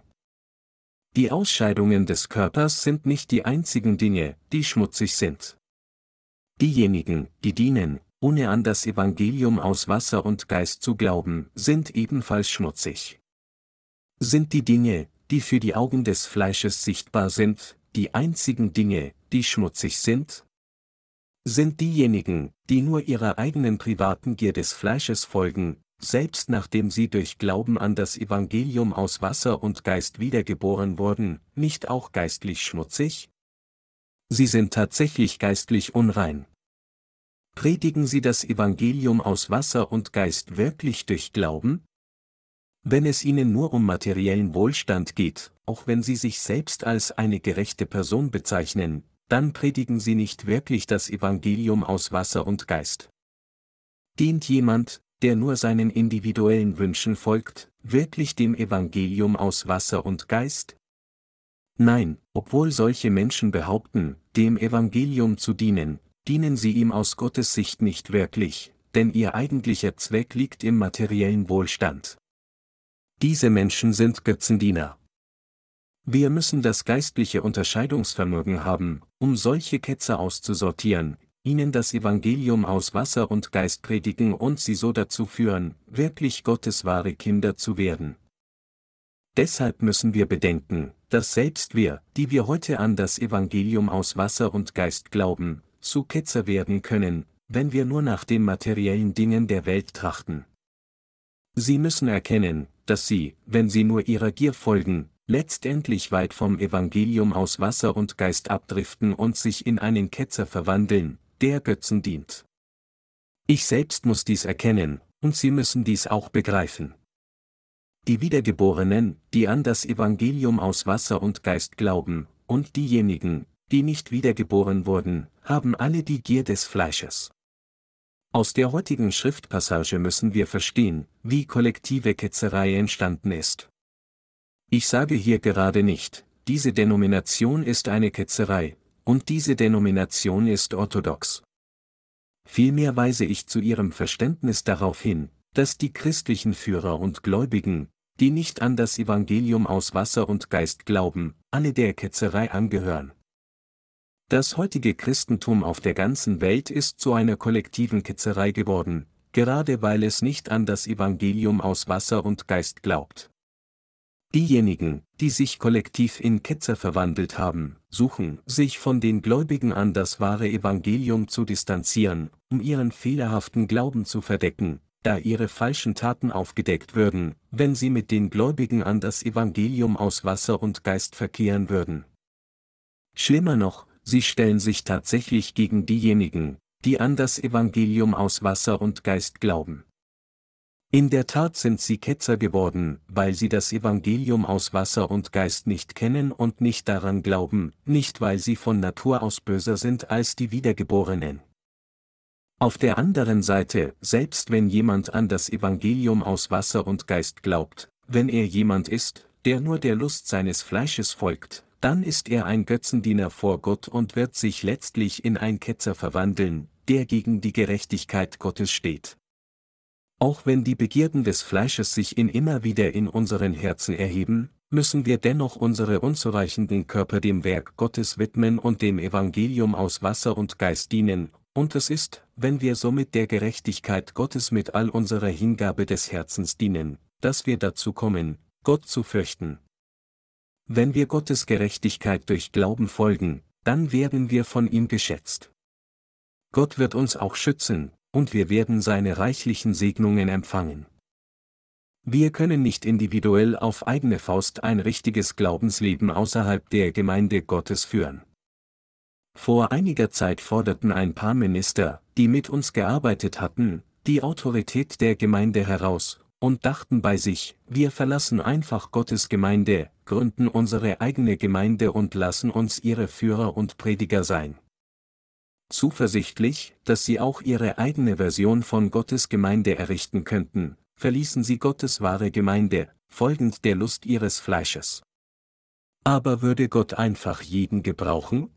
Die Ausscheidungen des Körpers sind nicht die einzigen Dinge, die schmutzig sind. Diejenigen, die dienen, ohne an das Evangelium aus Wasser und Geist zu glauben, sind ebenfalls schmutzig. Sind die Dinge, die für die Augen des Fleisches sichtbar sind, die einzigen Dinge, die schmutzig sind? Sind diejenigen, die nur ihrer eigenen privaten Gier des Fleisches folgen, selbst nachdem sie durch Glauben an das Evangelium aus Wasser und Geist wiedergeboren wurden, nicht auch geistlich schmutzig? Sie sind tatsächlich geistlich unrein. Predigen sie das Evangelium aus Wasser und Geist wirklich durch Glauben? Wenn es ihnen nur um materiellen Wohlstand geht, auch wenn sie sich selbst als eine gerechte Person bezeichnen, dann predigen sie nicht wirklich das Evangelium aus Wasser und Geist. Dient jemand, der nur seinen individuellen Wünschen folgt, wirklich dem Evangelium aus Wasser und Geist? Nein, obwohl solche Menschen behaupten, dem Evangelium zu dienen, dienen sie ihm aus Gottes Sicht nicht wirklich, denn ihr eigentlicher Zweck liegt im materiellen Wohlstand. Diese Menschen sind Götzendiener. Wir müssen das geistliche Unterscheidungsvermögen haben, um solche Ketzer auszusortieren, ihnen das Evangelium aus Wasser und Geist predigen und sie so dazu führen, wirklich Gottes wahre Kinder zu werden. Deshalb müssen wir bedenken, dass selbst wir, die wir heute an das Evangelium aus Wasser und Geist glauben, zu Ketzer werden können, wenn wir nur nach den materiellen Dingen der Welt trachten. Sie müssen erkennen, dass sie, wenn sie nur ihrer Gier folgen, letztendlich weit vom Evangelium aus Wasser und Geist abdriften und sich in einen Ketzer verwandeln, der Götzen dient. Ich selbst muss dies erkennen, und Sie müssen dies auch begreifen. Die Wiedergeborenen, die an das Evangelium aus Wasser und Geist glauben, und diejenigen, die nicht wiedergeboren wurden, haben alle die Gier des Fleisches. Aus der heutigen Schriftpassage müssen wir verstehen, wie kollektive Ketzerei entstanden ist. Ich sage hier gerade nicht, diese Denomination ist eine Ketzerei, und diese Denomination ist orthodox. Vielmehr weise ich zu ihrem Verständnis darauf hin, dass die christlichen Führer und Gläubigen, die nicht an das Evangelium aus Wasser und Geist glauben, alle der Ketzerei angehören. Das heutige Christentum auf der ganzen Welt ist zu einer kollektiven Ketzerei geworden, gerade weil es nicht an das Evangelium aus Wasser und Geist glaubt. Diejenigen, die sich kollektiv in Ketzer verwandelt haben, suchen, sich von den Gläubigen an das wahre Evangelium zu distanzieren, um ihren fehlerhaften Glauben zu verdecken, da ihre falschen Taten aufgedeckt würden, wenn sie mit den Gläubigen an das Evangelium aus Wasser und Geist verkehren würden. Schlimmer noch, sie stellen sich tatsächlich gegen diejenigen, die an das Evangelium aus Wasser und Geist glauben. In der Tat sind sie Ketzer geworden, weil sie das Evangelium aus Wasser und Geist nicht kennen und nicht daran glauben, nicht weil sie von Natur aus böser sind als die Wiedergeborenen. Auf der anderen Seite, selbst wenn jemand an das Evangelium aus Wasser und Geist glaubt, wenn er jemand ist, der nur der Lust seines Fleisches folgt, dann ist er ein Götzendiener vor Gott und wird sich letztlich in ein Ketzer verwandeln, der gegen die Gerechtigkeit Gottes steht. Auch wenn die Begierden des Fleisches sich in immer wieder in unseren Herzen erheben, müssen wir dennoch unsere unzureichenden Körper dem Werk Gottes widmen und dem Evangelium aus Wasser und Geist dienen, und es ist, wenn wir somit der Gerechtigkeit Gottes mit all unserer Hingabe des Herzens dienen, dass wir dazu kommen, Gott zu fürchten. Wenn wir Gottes Gerechtigkeit durch Glauben folgen, dann werden wir von ihm geschätzt. Gott wird uns auch schützen, und wir werden seine reichlichen Segnungen empfangen. Wir können nicht individuell auf eigene Faust ein richtiges Glaubensleben außerhalb der Gemeinde Gottes führen. Vor einiger Zeit forderten ein paar Minister, die mit uns gearbeitet hatten, die Autorität der Gemeinde heraus, und dachten bei sich, wir verlassen einfach Gottes Gemeinde, gründen unsere eigene Gemeinde und lassen uns ihre Führer und Prediger sein. Zuversichtlich, dass sie auch ihre eigene Version von Gottes Gemeinde errichten könnten, verließen sie Gottes wahre Gemeinde, folgend der Lust ihres Fleisches. Aber würde Gott einfach jeden gebrauchen?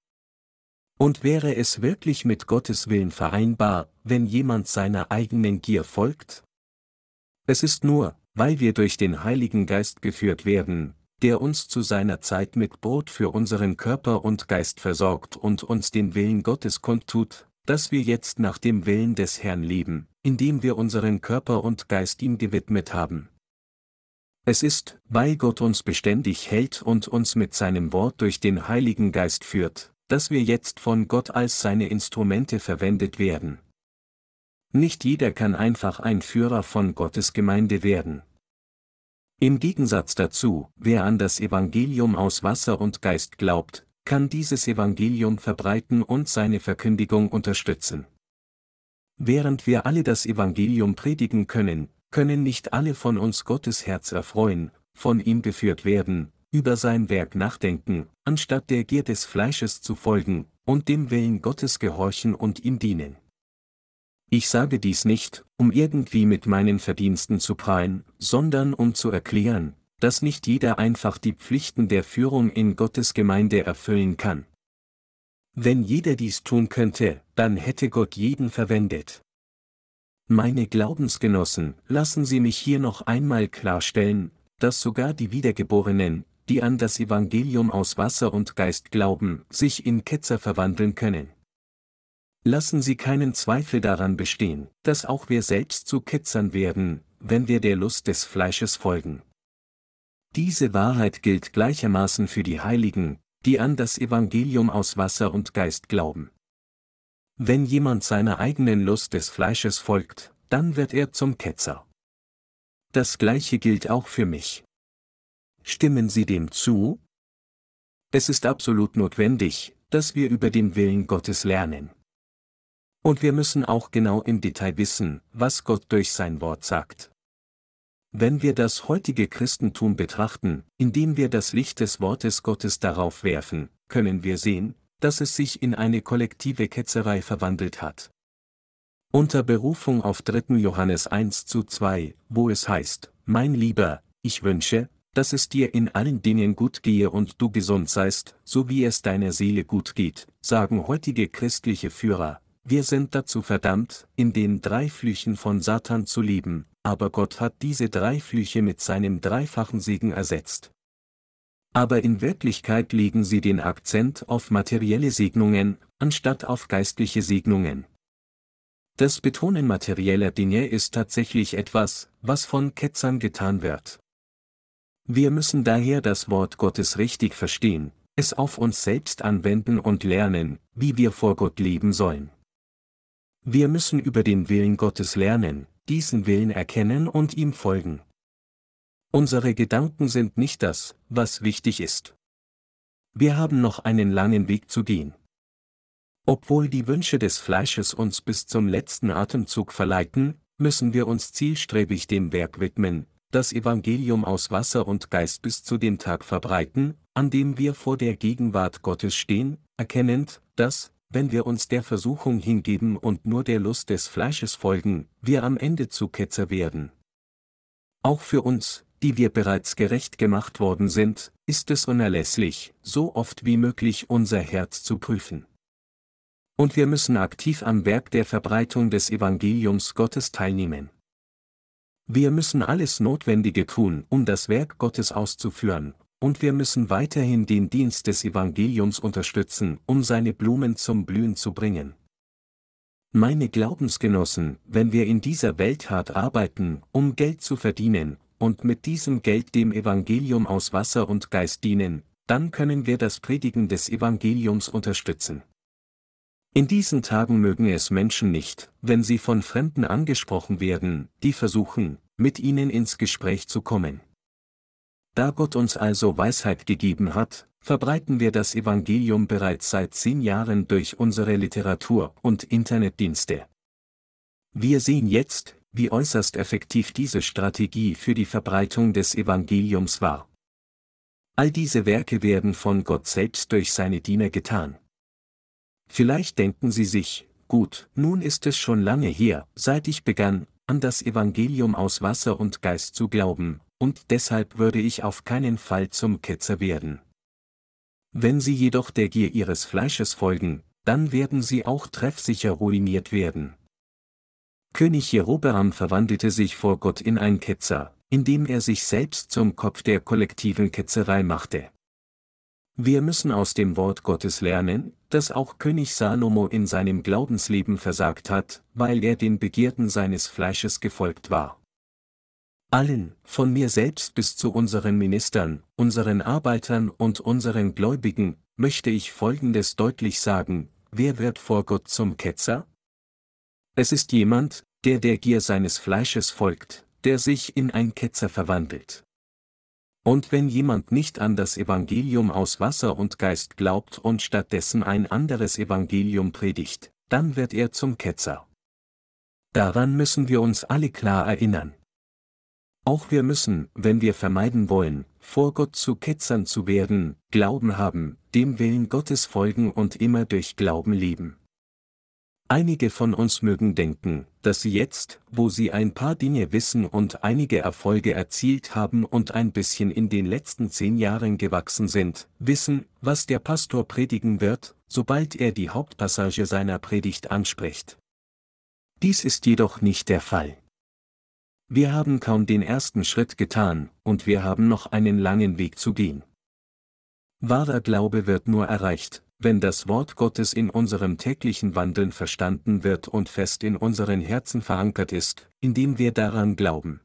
Und wäre es wirklich mit Gottes Willen vereinbar, wenn jemand seiner eigenen Gier folgt? Es ist nur, weil wir durch den Heiligen Geist geführt werden, der uns zu seiner Zeit mit Brot für unseren Körper und Geist versorgt und uns den Willen Gottes kundtut, dass wir jetzt nach dem Willen des Herrn leben, indem wir unseren Körper und Geist ihm gewidmet haben. Es ist, weil Gott uns beständig hält und uns mit seinem Wort durch den Heiligen Geist führt, dass wir jetzt von Gott als seine Instrumente verwendet werden. Nicht jeder kann einfach ein Führer von Gottes Gemeinde werden. Im Gegensatz dazu, wer an das Evangelium aus Wasser und Geist glaubt, kann dieses Evangelium verbreiten und seine Verkündigung unterstützen. Während wir alle das Evangelium predigen können, können nicht alle von uns Gottes Herz erfreuen, von ihm geführt werden, über sein Werk nachdenken, anstatt der Gier des Fleisches zu folgen, und dem Willen Gottes gehorchen und ihm dienen. Ich sage dies nicht, um irgendwie mit meinen Verdiensten zu prahlen, sondern um zu erklären, dass nicht jeder einfach die Pflichten der Führung in Gottes Gemeinde erfüllen kann. Wenn jeder dies tun könnte, dann hätte Gott jeden verwendet. Meine Glaubensgenossen, lassen Sie mich hier noch einmal klarstellen, dass sogar die Wiedergeborenen, die an das Evangelium aus Wasser und Geist glauben, sich in Ketzer verwandeln können. Lassen Sie keinen Zweifel daran bestehen, dass auch wir selbst zu Ketzern werden, wenn wir der Lust des Fleisches folgen. Diese Wahrheit gilt gleichermaßen für die Heiligen, die an das Evangelium aus Wasser und Geist glauben. Wenn jemand seiner eigenen Lust des Fleisches folgt, dann wird er zum Ketzer. Das Gleiche gilt auch für mich. Stimmen Sie dem zu? Es ist absolut notwendig, dass wir über den Willen Gottes lernen. Und wir müssen auch genau im Detail wissen, was Gott durch sein Wort sagt. Wenn wir das heutige Christentum betrachten, indem wir das Licht des Wortes Gottes darauf werfen, können wir sehen, dass es sich in eine kollektive Ketzerei verwandelt hat. Unter Berufung auf dritten Johannes eins zu zwei, wo es heißt, mein Lieber, ich wünsche, dass es dir in allen Dingen gut gehe und du gesund seist, so wie es deiner Seele gut geht, sagen heutige christliche Führer, wir sind dazu verdammt, in den drei Flüchen von Satan zu leben, aber Gott hat diese drei Flüche mit seinem dreifachen Segen ersetzt. Aber in Wirklichkeit legen sie den Akzent auf materielle Segnungen, anstatt auf geistliche Segnungen. Das Betonen materieller Dinge ist tatsächlich etwas, was von Ketzern getan wird. Wir müssen daher das Wort Gottes richtig verstehen, es auf uns selbst anwenden und lernen, wie wir vor Gott leben sollen. Wir müssen über den Willen Gottes lernen, diesen Willen erkennen und ihm folgen. Unsere Gedanken sind nicht das, was wichtig ist. Wir haben noch einen langen Weg zu gehen. Obwohl die Wünsche des Fleisches uns bis zum letzten Atemzug verleiten, müssen wir uns zielstrebig dem Werk widmen, das Evangelium aus Wasser und Geist bis zu dem Tag verbreiten, an dem wir vor der Gegenwart Gottes stehen, erkennend, dass, wenn wir uns der Versuchung hingeben und nur der Lust des Fleisches folgen, wir am Ende zu Ketzer werden. Auch für uns, die wir bereits gerecht gemacht worden sind, ist es unerlässlich, so oft wie möglich unser Herz zu prüfen. Und wir müssen aktiv am Werk der Verbreitung des Evangeliums Gottes teilnehmen. Wir müssen alles Notwendige tun, um das Werk Gottes auszuführen, und wir müssen weiterhin den Dienst des Evangeliums unterstützen, um seine Blumen zum Blühen zu bringen. Meine Glaubensgenossen, wenn wir in dieser Welt hart arbeiten, um Geld zu verdienen, und mit diesem Geld dem Evangelium aus Wasser und Geist dienen, dann können wir das Predigen des Evangeliums unterstützen. In diesen Tagen mögen es Menschen nicht, wenn sie von Fremden angesprochen werden, die versuchen, mit ihnen ins Gespräch zu kommen. Da Gott uns also Weisheit gegeben hat, verbreiten wir das Evangelium bereits seit zehn Jahren durch unsere Literatur- und Internetdienste. Wir sehen jetzt, wie äußerst effektiv diese Strategie für die Verbreitung des Evangeliums war. All diese Werke werden von Gott selbst durch seine Diener getan. Vielleicht denken Sie sich, gut, nun ist es schon lange her, seit ich begann, an das Evangelium aus Wasser und Geist zu glauben, und deshalb würde ich auf keinen Fall zum Ketzer werden. Wenn Sie jedoch der Gier Ihres Fleisches folgen, dann werden Sie auch treffsicher ruiniert werden. König Jerobeam verwandelte sich vor Gott in ein Ketzer, indem er sich selbst zum Kopf der kollektiven Ketzerei machte. Wir müssen aus dem Wort Gottes lernen, dass auch König Salomo in seinem Glaubensleben versagt hat, weil er den Begierden seines Fleisches gefolgt war. Allen, von mir selbst bis zu unseren Ministern, unseren Arbeitern und unseren Gläubigen, möchte ich Folgendes deutlich sagen: Wer wird vor Gott zum Ketzer? Es ist jemand, der der Gier seines Fleisches folgt, der sich in ein Ketzer verwandelt. Und wenn jemand nicht an das Evangelium aus Wasser und Geist glaubt und stattdessen ein anderes Evangelium predigt, dann wird er zum Ketzer. Daran müssen wir uns alle klar erinnern. Auch wir müssen, wenn wir vermeiden wollen, vor Gott zu Ketzern zu werden, Glauben haben, dem Willen Gottes folgen und immer durch Glauben leben. Einige von uns mögen denken, dass sie jetzt, wo sie ein paar Dinge wissen und einige Erfolge erzielt haben und ein bisschen in den letzten zehn Jahren gewachsen sind, wissen, was der Pastor predigen wird, sobald er die Hauptpassage seiner Predigt anspricht. Dies ist jedoch nicht der Fall. Wir haben kaum den ersten Schritt getan, und wir haben noch einen langen Weg zu gehen. Wahrer Glaube wird nur erreicht, wenn das Wort Gottes in unserem täglichen Wandeln verstanden wird und fest in unseren Herzen verankert ist, indem wir daran glauben.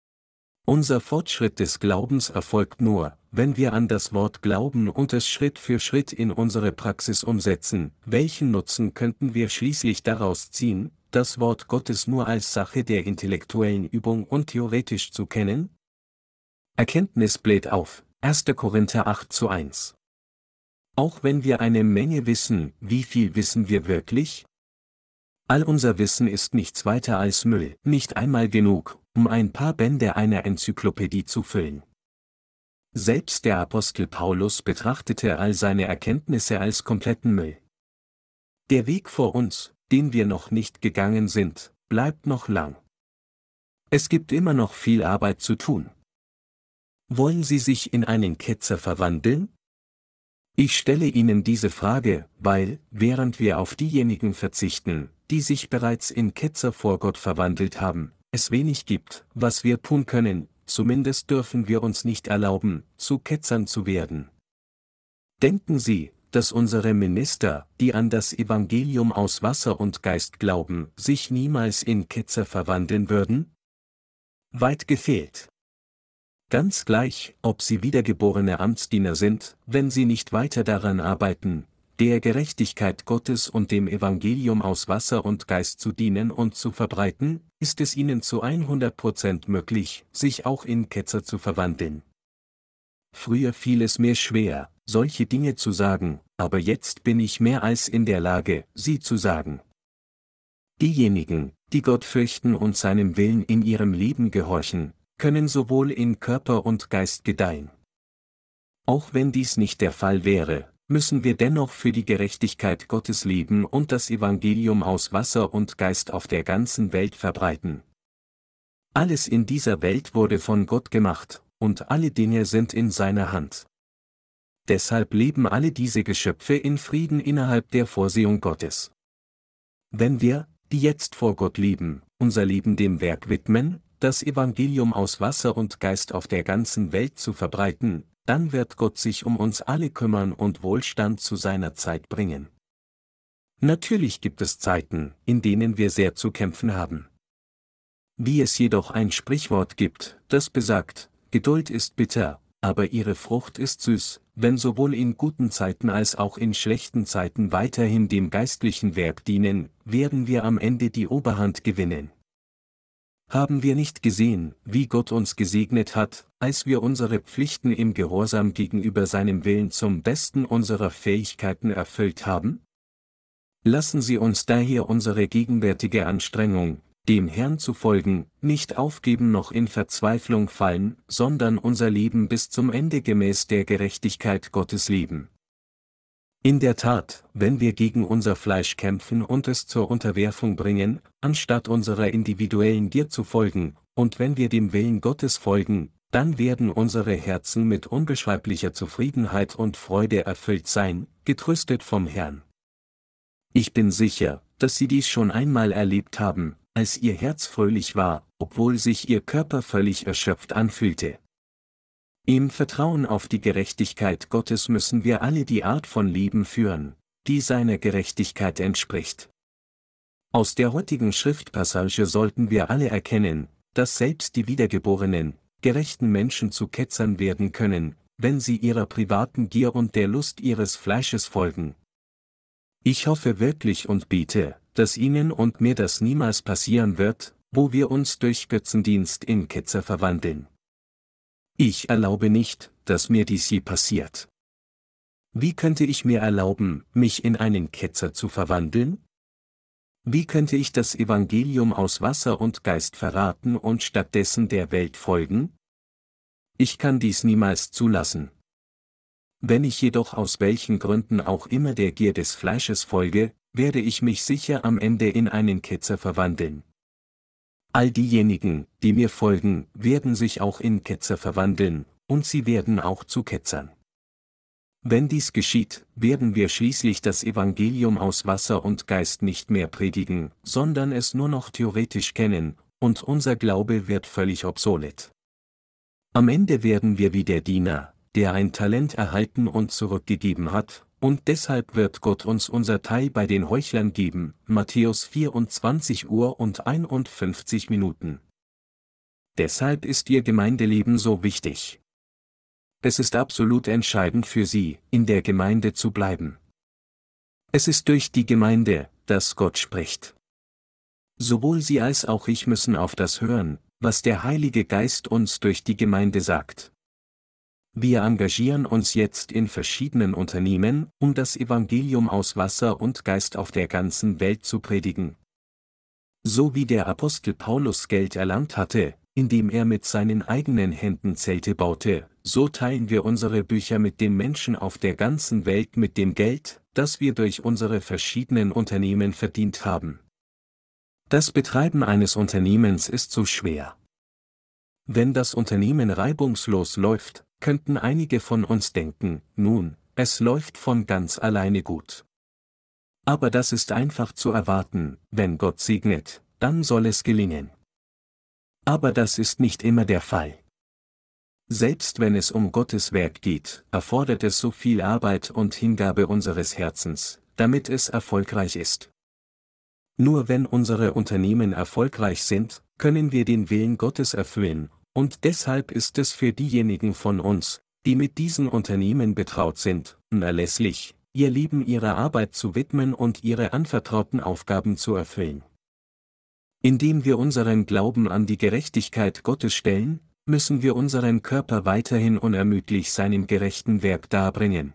Unser Fortschritt des Glaubens erfolgt nur, wenn wir an das Wort glauben und es Schritt für Schritt in unsere Praxis umsetzen. Welchen Nutzen könnten wir schließlich daraus ziehen, das Wort Gottes nur als Sache der intellektuellen Übung und theoretisch zu kennen? Erkenntnis bläht auf, erster Korinther acht zu eins. Auch wenn wir eine Menge wissen, wie viel wissen wir wirklich? All unser Wissen ist nichts weiter als Müll, nicht einmal genug, um ein paar Bände einer Enzyklopädie zu füllen. Selbst der Apostel Paulus betrachtete all seine Erkenntnisse als kompletten Müll. Der Weg vor uns, den wir noch nicht gegangen sind, bleibt noch lang. Es gibt immer noch viel Arbeit zu tun. Wollen Sie sich in einen Ketzer verwandeln? Ich stelle Ihnen diese Frage, weil, während wir auf diejenigen verzichten, die sich bereits in Ketzer vor Gott verwandelt haben, es wenig gibt, was wir tun können, zumindest dürfen wir uns nicht erlauben, zu Ketzern zu werden. Denken Sie, dass unsere Minister, die an das Evangelium aus Wasser und Geist glauben, sich niemals in Ketzer verwandeln würden? Weit gefehlt. Ganz gleich, ob sie wiedergeborene Amtsdiener sind, wenn sie nicht weiter daran arbeiten, der Gerechtigkeit Gottes und dem Evangelium aus Wasser und Geist zu dienen und zu verbreiten, ist es ihnen zu hundert Prozent möglich, sich auch in Ketzer zu verwandeln. Früher fiel es mir schwer, solche Dinge zu sagen, aber jetzt bin ich mehr als in der Lage, sie zu sagen. Diejenigen, die Gott fürchten und seinem Willen in ihrem Leben gehorchen, können sowohl in Körper und Geist gedeihen. Auch wenn dies nicht der Fall wäre, müssen wir dennoch für die Gerechtigkeit Gottes leben und das Evangelium aus Wasser und Geist auf der ganzen Welt verbreiten. Alles in dieser Welt wurde von Gott gemacht, und alle Dinge sind in seiner Hand. Deshalb leben alle diese Geschöpfe in Frieden innerhalb der Vorsehung Gottes. Wenn wir, die jetzt vor Gott leben, unser Leben dem Werk widmen, das Evangelium aus Wasser und Geist auf der ganzen Welt zu verbreiten, dann wird Gott sich um uns alle kümmern und Wohlstand zu seiner Zeit bringen. Natürlich gibt es Zeiten, in denen wir sehr zu kämpfen haben. Wie es jedoch ein Sprichwort gibt, das besagt, Geduld ist bitter, aber ihre Frucht ist süß, wenn sowohl in guten Zeiten als auch in schlechten Zeiten weiterhin dem geistlichen Werk dienen, werden wir am Ende die Oberhand gewinnen. Haben wir nicht gesehen, wie Gott uns gesegnet hat, als wir unsere Pflichten im Gehorsam gegenüber seinem Willen zum Besten unserer Fähigkeiten erfüllt haben? Lassen Sie uns daher unsere gegenwärtige Anstrengung, dem Herrn zu folgen, nicht aufgeben noch in Verzweiflung fallen, sondern unser Leben bis zum Ende gemäß der Gerechtigkeit Gottes leben. In der Tat, wenn wir gegen unser Fleisch kämpfen und es zur Unterwerfung bringen, anstatt unserer individuellen Gier zu folgen, und wenn wir dem Willen Gottes folgen, dann werden unsere Herzen mit unbeschreiblicher Zufriedenheit und Freude erfüllt sein, getröstet vom Herrn. Ich bin sicher, dass Sie dies schon einmal erlebt haben, als Ihr Herz fröhlich war, obwohl sich Ihr Körper völlig erschöpft anfühlte. Im Vertrauen auf die Gerechtigkeit Gottes müssen wir alle die Art von Leben führen, die seiner Gerechtigkeit entspricht. Aus der heutigen Schriftpassage sollten wir alle erkennen, dass selbst die wiedergeborenen, gerechten Menschen zu Ketzern werden können, wenn sie ihrer privaten Gier und der Lust ihres Fleisches folgen. Ich hoffe wirklich und bete, dass Ihnen und mir das niemals passieren wird, wo wir uns durch Götzendienst in Ketzer verwandeln. Ich erlaube nicht, dass mir dies je passiert. Wie könnte ich mir erlauben, mich in einen Ketzer zu verwandeln? Wie könnte ich das Evangelium aus Wasser und Geist verraten und stattdessen der Welt folgen? Ich kann dies niemals zulassen. Wenn ich jedoch aus welchen Gründen auch immer der Gier des Fleisches folge, werde ich mich sicher am Ende in einen Ketzer verwandeln. All diejenigen, die mir folgen, werden sich auch in Ketzer verwandeln, und sie werden auch zu Ketzern. Wenn dies geschieht, werden wir schließlich das Evangelium aus Wasser und Geist nicht mehr predigen, sondern es nur noch theoretisch kennen, und unser Glaube wird völlig obsolet. Am Ende werden wir wie der Diener, der ein Talent erhalten und zurückgegeben hat, und deshalb wird Gott uns unser Teil bei den Heuchlern geben, Matthäus vierundzwanzig Uhr und einundfünfzig Minuten. Deshalb ist Ihr Gemeindeleben so wichtig. Es ist absolut entscheidend für Sie, in der Gemeinde zu bleiben. Es ist durch die Gemeinde, dass Gott spricht. Sowohl Sie als auch ich müssen auf das hören, was der Heilige Geist uns durch die Gemeinde sagt. Wir engagieren uns jetzt in verschiedenen Unternehmen, um das Evangelium aus Wasser und Geist auf der ganzen Welt zu predigen. So wie der Apostel Paulus Geld erlangt hatte, indem er mit seinen eigenen Händen Zelte baute, so teilen wir unsere Bücher mit den Menschen auf der ganzen Welt mit dem Geld, das wir durch unsere verschiedenen Unternehmen verdient haben. Das Betreiben eines Unternehmens ist so schwer. Wenn das Unternehmen reibungslos läuft, könnten einige von uns denken, nun, es läuft von ganz alleine gut. Aber das ist einfach zu erwarten, wenn Gott segnet, dann soll es gelingen. Aber das ist nicht immer der Fall. Selbst wenn es um Gottes Werk geht, erfordert es so viel Arbeit und Hingabe unseres Herzens, damit es erfolgreich ist. Nur wenn unsere Unternehmen erfolgreich sind, können wir den Willen Gottes erfüllen, und deshalb ist es für diejenigen von uns, die mit diesen Unternehmen betraut sind, unerlässlich, ihr Leben ihrer Arbeit zu widmen und ihre anvertrauten Aufgaben zu erfüllen. Indem wir unseren Glauben an die Gerechtigkeit Gottes stellen, müssen wir unseren Körper weiterhin unermüdlich seinem gerechten Werk darbringen.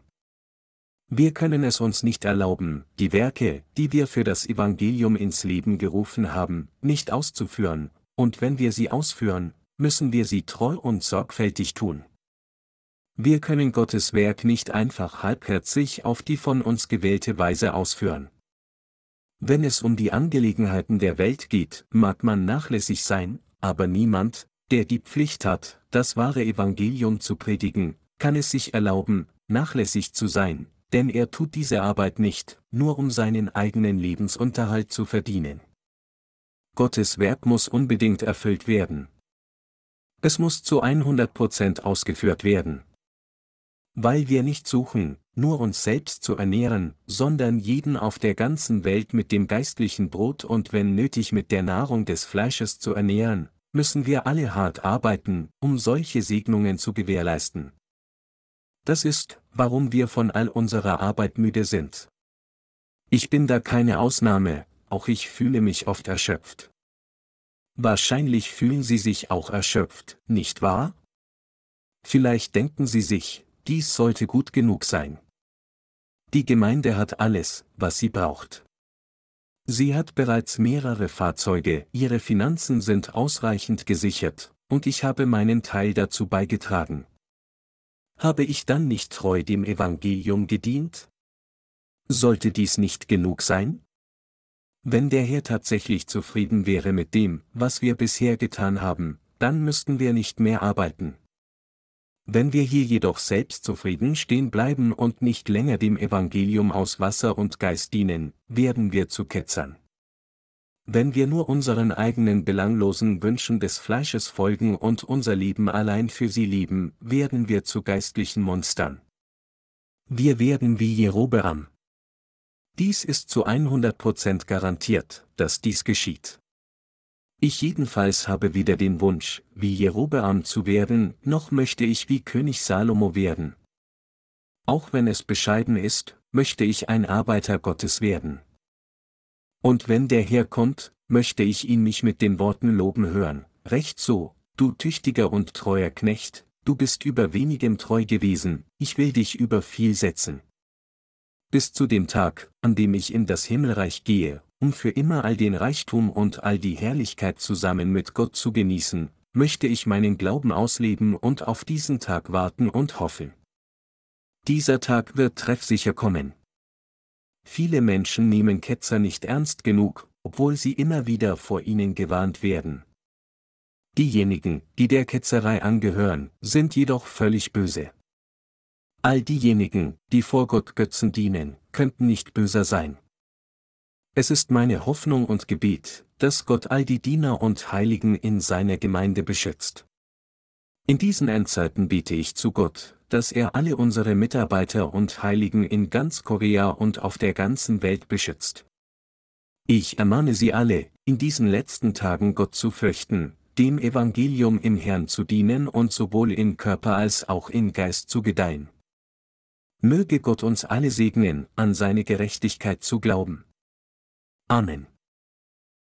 Wir können es uns nicht erlauben, die Werke, die wir für das Evangelium ins Leben gerufen haben, nicht auszuführen, und wenn wir sie ausführen, müssen wir sie treu und sorgfältig tun. Wir können Gottes Werk nicht einfach halbherzig auf die von uns gewählte Weise ausführen. Wenn es um die Angelegenheiten der Welt geht, mag man nachlässig sein, aber niemand, der die Pflicht hat, das wahre Evangelium zu predigen, kann es sich erlauben, nachlässig zu sein, denn er tut diese Arbeit nicht, nur um seinen eigenen Lebensunterhalt zu verdienen. Gottes Werk muss unbedingt erfüllt werden. Es muss zu hundert Prozent ausgeführt werden. Weil wir nicht suchen, nur uns selbst zu ernähren, sondern jeden auf der ganzen Welt mit dem geistlichen Brot und wenn nötig mit der Nahrung des Fleisches zu ernähren, müssen wir alle hart arbeiten, um solche Segnungen zu gewährleisten. Das ist, warum wir von all unserer Arbeit müde sind. Ich bin da keine Ausnahme, auch ich fühle mich oft erschöpft. Wahrscheinlich fühlen Sie sich auch erschöpft, nicht wahr? Vielleicht denken Sie sich, dies sollte gut genug sein. Die Gemeinde hat alles, was sie braucht. Sie hat bereits mehrere Fahrzeuge, ihre Finanzen sind ausreichend gesichert, und ich habe meinen Teil dazu beigetragen. Habe ich dann nicht treu dem Evangelium gedient? Sollte dies nicht genug sein? Wenn der Herr tatsächlich zufrieden wäre mit dem, was wir bisher getan haben, dann müssten wir nicht mehr arbeiten. Wenn wir hier jedoch selbst zufrieden stehen bleiben und nicht länger dem Evangelium aus Wasser und Geist dienen, werden wir zu Ketzern. wenn wir nur unseren eigenen belanglosen Wünschen des Fleisches folgen und unser Leben allein für sie lieben, werden wir zu geistlichen Monstern. Wir werden wie Jerobeam. Dies ist zu hundert Prozent garantiert, dass dies geschieht. Ich jedenfalls habe weder den Wunsch, wie Jerobeam zu werden, noch möchte ich wie König Salomo werden. Auch wenn es bescheiden ist, möchte ich ein Arbeiter Gottes werden. Und wenn der Herr kommt, möchte ich ihn mich mit den Worten loben hören: Recht so, du tüchtiger und treuer Knecht, du bist über wenigem treu gewesen, ich will dich über viel setzen. Bis zu dem Tag, an dem ich in das Himmelreich gehe, um für immer all den Reichtum und all die Herrlichkeit zusammen mit Gott zu genießen, möchte ich meinen Glauben ausleben und auf diesen Tag warten und hoffen. Dieser Tag wird treffsicher kommen. Viele Menschen nehmen Ketzer nicht ernst genug, obwohl sie immer wieder vor ihnen gewarnt werden. Diejenigen, die der Ketzerei angehören, sind jedoch völlig böse. All diejenigen, die vor Gott Götzen dienen, könnten nicht böser sein. Es ist meine Hoffnung und Gebet, dass Gott all die Diener und Heiligen in seiner Gemeinde beschützt. In diesen Endzeiten bete ich zu Gott, dass er alle unsere Mitarbeiter und Heiligen in ganz Korea und auf der ganzen Welt beschützt. Ich ermahne Sie alle, in diesen letzten Tagen Gott zu fürchten, dem Evangelium im Herrn zu dienen und sowohl in Körper als auch in Geist zu gedeihen. Möge Gott uns alle segnen, an seine Gerechtigkeit zu glauben. Amen.